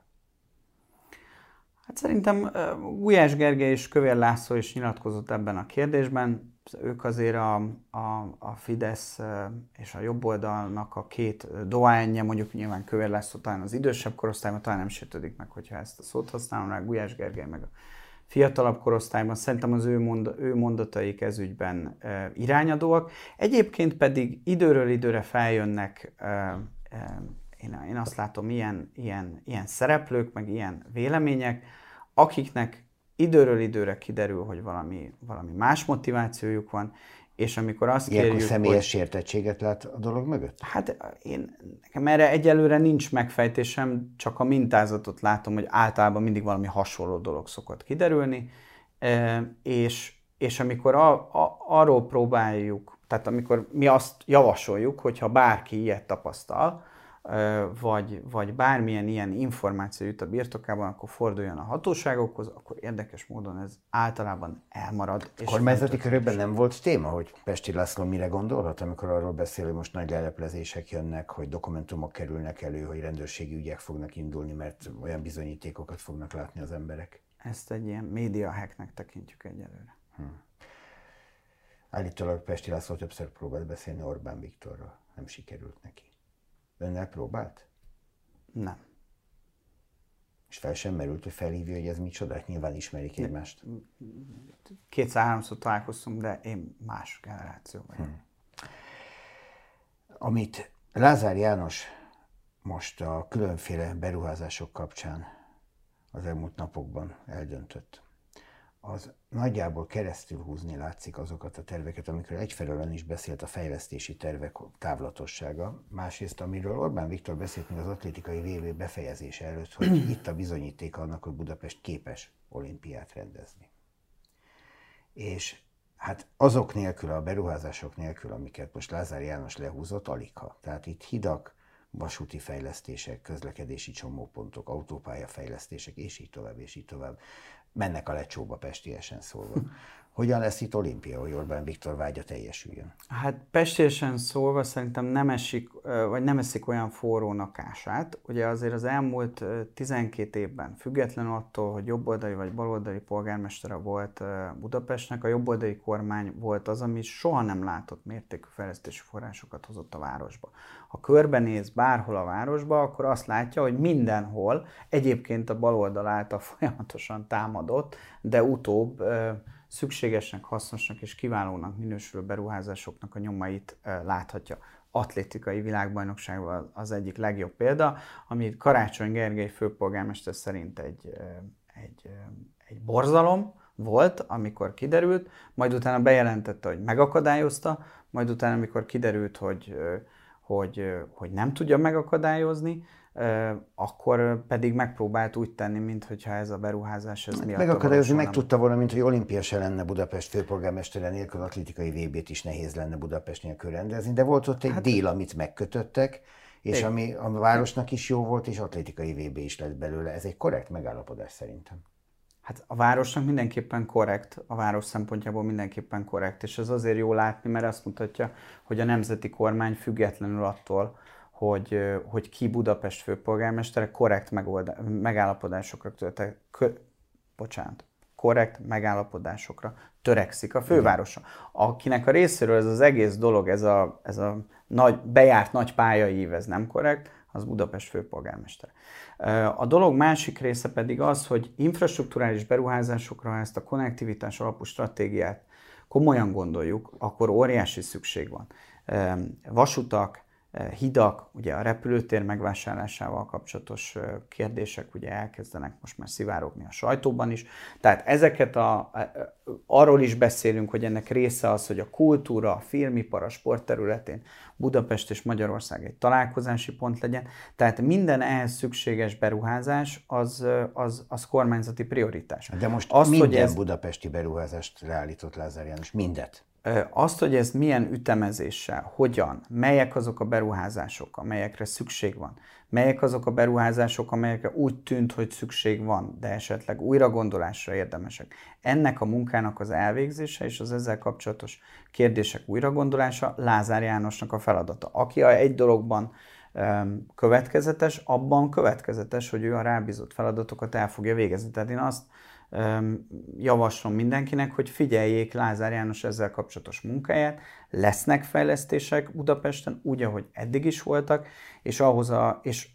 Hát szerintem Gulyás Gergely és Kövér László is nyilatkozott ebben a kérdésben. Ők azért a, a, a Fidesz és a jobboldalnak a két dohányja, mondjuk nyilván Kövér László talán az idősebb korosztályban, talán nem sértődik meg, hogyha ezt a szót használom rá, Gulyás Gergely meg a fiatalabb korosztályban. Szerintem az ő, mond, ő mondataik ezügyben e, irányadóak. Egyébként pedig időről időre feljönnek, e, e, én, én azt látom, ilyen, ilyen, ilyen szereplők, meg ilyen vélemények, akiknek időről időre kiderül, hogy valami, valami más motivációjuk van, és amikor azt Ilyenkor kérjük, személyes hogy... sértettséget lát a dolog mögött? Hát én, nekem erre egyelőre nincs megfejtésem, csak a mintázatot látom, hogy általában mindig valami hasonló dolog szokott kiderülni, és, és amikor a, a, arról próbáljuk, tehát amikor mi azt javasoljuk, hogyha bárki ilyet tapasztal, vagy, vagy bármilyen ilyen információ jut a birtokában, akkor forduljon a hatóságokhoz, akkor érdekes módon ez általában elmarad. És kormányzati körökben nem volt téma, hogy Pesti László mire gondolhat, amikor arról beszél, hogy most nagy leleplezések jönnek, hogy dokumentumok kerülnek elő, hogy rendőrségi ügyek fognak indulni, mert olyan bizonyítékokat fognak látni az emberek? Ezt egy ilyen média hacknek tekintjük egyelőre. Hm. Állítólag Pesti László többször próbált beszélni Orbán Viktorral, nem sikerült neki. Önnel próbált? Nem. És fel sem merült, hogy felhívja, hogy ez micsodát? Nyilván ismerik egymást. Kétszer-háromszor találkoztunk, de én más generáció vagyok. Hmm. Amit Lázár János most a különféle beruházások kapcsán az elmúlt napokban eldöntött, az nagyjából keresztül húzni látszik azokat a terveket, amikről egyfelől ön is beszélt, a fejlesztési tervek távlatossága, másrészt amiről Orbán Viktor beszélt még az atlétikai vé bé befejezése előtt, hogy itt a bizonyíték annak, hogy Budapest képes olimpiát rendezni. És hát azok nélkül, a beruházások nélkül, amiket most Lázár János lehúzott, aligha. Tehát itt hidak, vasúti fejlesztések, közlekedési csomópontok, autópályafejlesztések, és így tovább, és így tovább. Mennek a lecsóba, pestiesen szólva. Hogyan lesz itt olimpia, hogy Orbán Viktor vágya teljesüljön? Hát pestiesen szólva szerintem nem esik, vagy nem eszik olyan forrónak ását. Ugye azért az elmúlt tizenkét évben, függetlenül attól, hogy jobboldali vagy baloldali polgármestere volt Budapestnek, a jobboldali kormány volt az, ami soha nem látott mértékű fejlesztési forrásokat hozott a városba. Ha körbenéz bárhol a városba, akkor azt látja, hogy mindenhol egyébként a baloldal által folyamatosan támadott, de utóbb szükségesnek, hasznosnak és kiválónak minősülő beruházásoknak a nyomait láthatja. Atlétikai világbajnokság az egyik legjobb példa, ami Karácsony Gergely főpolgármester szerint egy, egy, egy borzalom volt, amikor kiderült, majd utána bejelentette, hogy megakadályozta, majd utána, amikor kiderült, hogy, hogy, hogy nem tudja megakadályozni, akkor pedig megpróbált úgy tenni, mintha ez a beruházás ez miatt... Megakadályozni meg tudta volna, mint hogy olimpia se lenne Budapest főpolgármestere nélkül, atlétikai vé bét is nehéz lenne Budapest nélkül rendezni, de volt ott egy hát, díl, amit megkötöttek, és én. ami a városnak is jó volt, és atlétikai vé bé is lett belőle. Ez egy korrekt megállapodás szerintem. Hát a városnak mindenképpen korrekt, a város szempontjából mindenképpen korrekt, és ez azért jó látni, mert azt mutatja, hogy a nemzeti kormány függetlenül attól, hogy, hogy ki Budapest főpolgármestere, korrekt megoldá- megállapodásokra törekszik, bocsánat, korrekt megállapodásokra törekszik a fővárosa, akinek a részéről ez az egész dolog, ez a, ez a nagy, bejárt nagy pályaív, ez nem korrekt, az Budapest főpolgármestere. A dolog másik része pedig az, hogy infrastrukturális beruházásokra, ezt a konnektivitás alapú stratégiát komolyan gondoljuk, akkor óriási szükség van. Vasutak, hidak, ugye a repülőtér megvásárlásával kapcsolatos kérdések ugye elkezdenek most már szivárogni a sajtóban is. Tehát ezeket a, arról is beszélünk, hogy ennek része az, hogy a kultúra, a filmipar, a sport területén Budapest és Magyarország egy találkozási pont legyen. Tehát minden ehhez szükséges beruházás az, az, az kormányzati prioritás. De most Azt, minden hogy ez... budapesti beruházást leállított Lázár János, mindet. Azt, hogy ez milyen ütemezéssel, hogyan, melyek azok a beruházások, amelyekre szükség van, melyek azok a beruházások, amelyekre úgy tűnt, hogy szükség van, de esetleg újragondolásra érdemesek. Ennek a munkának az elvégzése és az ezzel kapcsolatos kérdések újragondolása Lázár Jánosnak a feladata. Aki a egy dologban következetes, abban következetes, hogy ő a rábízott feladatokat el fogja végezni. Tehát én azt javaslom mindenkinek, hogy figyeljék Lázár János ezzel kapcsolatos munkáját. Lesznek fejlesztések Budapesten, úgy, ahogy eddig is voltak, és ahhoz a, és,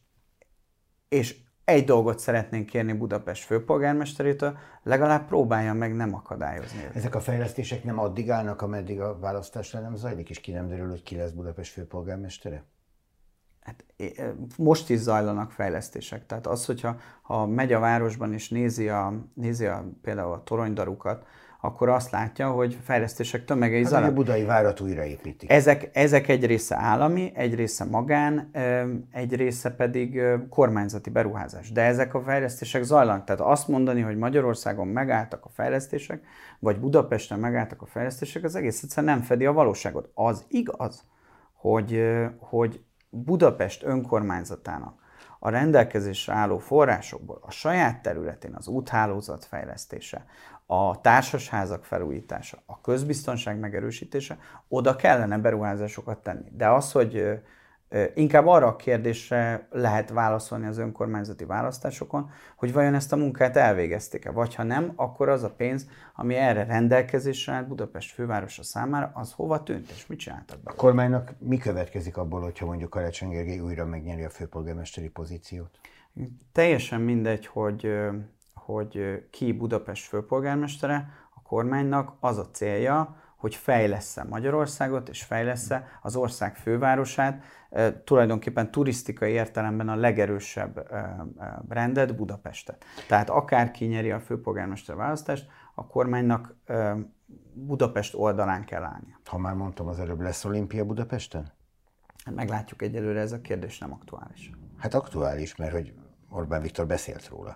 és egy dolgot szeretnénk kérni Budapest főpolgármesterétől, legalább próbálja meg nem akadályozni. Ezek a fejlesztések nem addig állnak, ameddig a választás le nem zajlik, és ki nem derül, hogy ki lesz Budapest főpolgármestere? Hát, most is zajlanak fejlesztések. Tehát az, hogyha ha megy a városban és nézi, a, nézi a, például a toronydarukat, akkor azt látja, hogy fejlesztések tömegei zajlanak. Hát a budai várat újraépítik. Ezek, ezek egy része állami, egy része magán, egy része pedig kormányzati beruházás. De ezek a fejlesztések zajlanak. Tehát azt mondani, hogy Magyarországon megálltak a fejlesztések, vagy Budapesten megálltak a fejlesztések, az egész egyszerűen nem fedi a valóságot. Az igaz, hogy, hogy Budapest önkormányzatának a rendelkezésre álló forrásokból a saját területén az úthálózat fejlesztése, a társasházak felújítása, a közbiztonság megerősítése, oda kellene beruházásokat tenni. De az, hogy inkább arra a kérdésre lehet válaszolni az önkormányzati választásokon, hogy vajon ezt a munkát elvégezték-e, vagy ha nem, akkor az a pénz, ami erre rendelkezésre állt Budapest fővárosa számára, az hova tűnt, és mit csináltak belőle? A kormánynak mi következik abból, hogyha mondjuk Karácsony Gergely újra megnyeri a főpolgármesteri pozíciót? Teljesen mindegy, hogy, hogy ki Budapest főpolgármestere, a kormánynak az a célja, hogy fejlessze Magyarországot, és fejlessze az ország fővárosát, e, tulajdonképpen turisztikai értelemben a legerősebb e, rendet, Budapestet. Tehát akárki nyeri a főpolgármester választást, a kormánynak e, Budapest oldalán kell állnia. Ha már mondtam az előbb, lesz olimpia Budapesten? Meglátjuk, egyelőre ez a kérdés nem aktuális. Hát aktuális, mert hogy Orbán Viktor beszélt róla.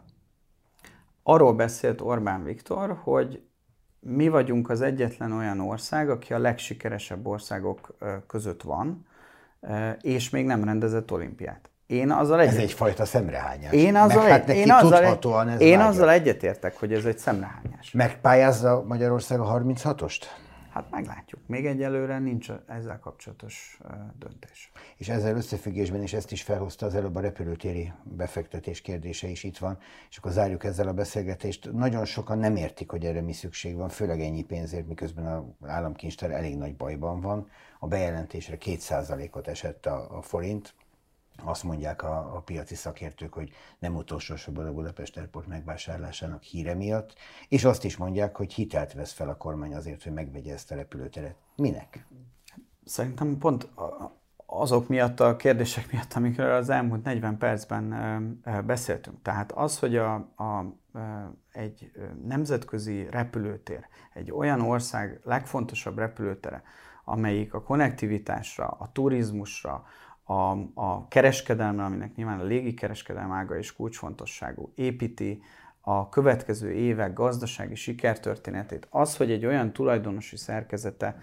Arról beszélt Orbán Viktor, hogy mi vagyunk az egyetlen olyan ország, aki a legsikeresebb országok között van, és még nem rendezett olimpiát. Én azzal egyet... Ez egyfajta szemrehányás. Én azzal, Meg hát neki én azzal, tudhatóan ez én vágya. azzal egyetértek, hogy ez egy szemrehányás. Megpályázza Magyarország a harminchatost? Hát meglátjuk. Még egyelőre nincs ezzel kapcsolatos döntés. És ezzel összefüggésben is ezt is felhozta az előbb a repülőtéri befektetés kérdése is itt van, és akkor zárjuk ezzel a beszélgetést. Nagyon sokan nem értik, hogy erre mi szükség van, főleg ennyi pénzért, miközben az államkincstár elég nagy bajban van. A bejelentésre két százalékot esett a, a forint. Azt mondják a, a piaci szakértők, hogy nem utolsó sorban a Budapest Airport megvásárlásának híre miatt, és azt is mondják, hogy hitelt vesz fel a kormány azért, hogy megvegye ezt a repülőteret. Minek? Szerintem pont azok miatt, a kérdések miatt, amikről az elmúlt negyven percben beszéltünk. Tehát az, hogy a, a, egy nemzetközi repülőtér, egy olyan ország legfontosabb repülőtere, amelyik a konnektivitásra, a turizmusra, A, a kereskedelme, aminek nyilván a légikereskedelem ága is kulcsfontosságú, építi a következő évek gazdasági sikertörténetét. Az, hogy egy olyan tulajdonosi szerkezete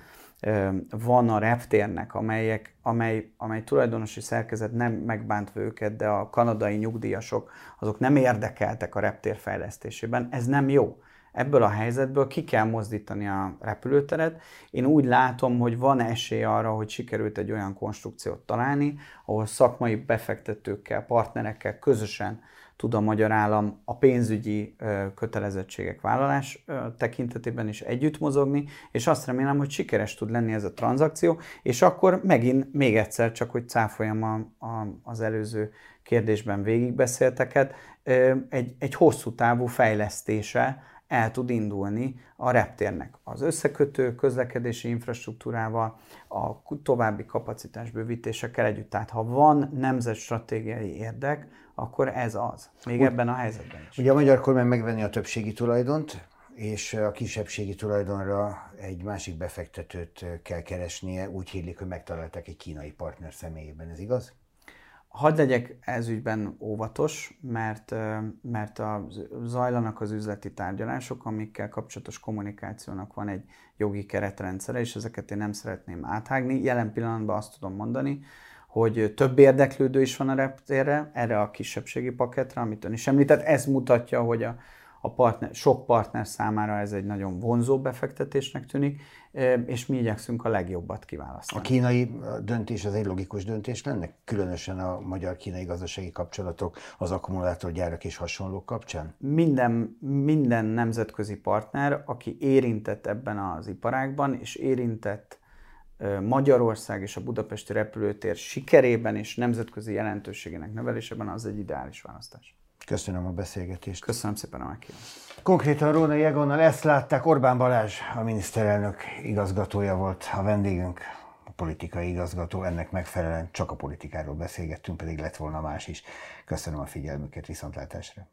van a reptérnek, amelyek, amely, amely tulajdonosi szerkezet nem megbántva őket, de a kanadai nyugdíjasok azok nem érdekeltek a reptér fejlesztésében, ez nem jó. Ebből a helyzetből ki kell mozdítani a repülőteret. Én úgy látom, hogy van esély arra, hogy sikerült egy olyan konstrukciót találni, ahol szakmai befektetőkkel, partnerekkel közösen tud a magyar állam a pénzügyi kötelezettségek vállalás tekintetében is együtt mozogni, és azt remélem, hogy sikeres tud lenni ez a tranzakció, és akkor megint még egyszer, csak hogy cáfoljam a, a, az előző kérdésben végigbeszélteket, egy, egy hosszú távú fejlesztése el tud indulni a reptérnek. Az összekötő közlekedési infrastruktúrával, a további kapacitásbővítésekkel együtt. Tehát ha van nemzetstratégiai érdek, akkor ez az. Még Úgy, ebben a helyzetben is. Ugye a magyar kormány megvenni a többségi tulajdont, és a kisebbségi tulajdonra egy másik befektetőt kell keresnie. Úgy hírlik, hogy megtalálták egy kínai partner személyében. Ez igaz? Hadd legyek ezügyben óvatos, mert, mert a, zajlanak az üzleti tárgyalások, amikkel kapcsolatos kommunikációnak van egy jogi keretrendszere, és ezeket én nem szeretném áthágni. Jelen pillanatban azt tudom mondani, hogy több érdeklődő is van a reptérre, erre a kisebbségi paketre, amit ön is említett. Ez mutatja, hogy a, a partner, sok partner számára ez egy nagyon vonzó befektetésnek tűnik, és mi igyekszünk a legjobbat kiválasztani. A kínai döntés az egy logikus döntés lenne? Különösen a magyar-kínai gazdasági kapcsolatok, az akkumulátorgyárak és hasonlók kapcsán? Minden, minden nemzetközi partner, aki érintett ebben az iparágban, és érintett Magyarország és a budapesti repülőtér sikerében és nemzetközi jelentőségének növelésében, az egy ideális választás. Köszönöm a beszélgetést. Köszönöm szépen a meghívást. Konkrétan Rónai Egonnal ezt látták, Orbán Balázs, a miniszterelnök igazgatója volt a vendégünk, a politikai igazgató, ennek megfelelően csak a politikáról beszélgettünk, pedig lett volna más is. Köszönöm a figyelmüket, viszontlátásra.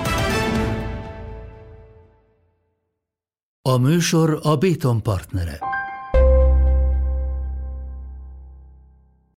A műsor a Béton partnere.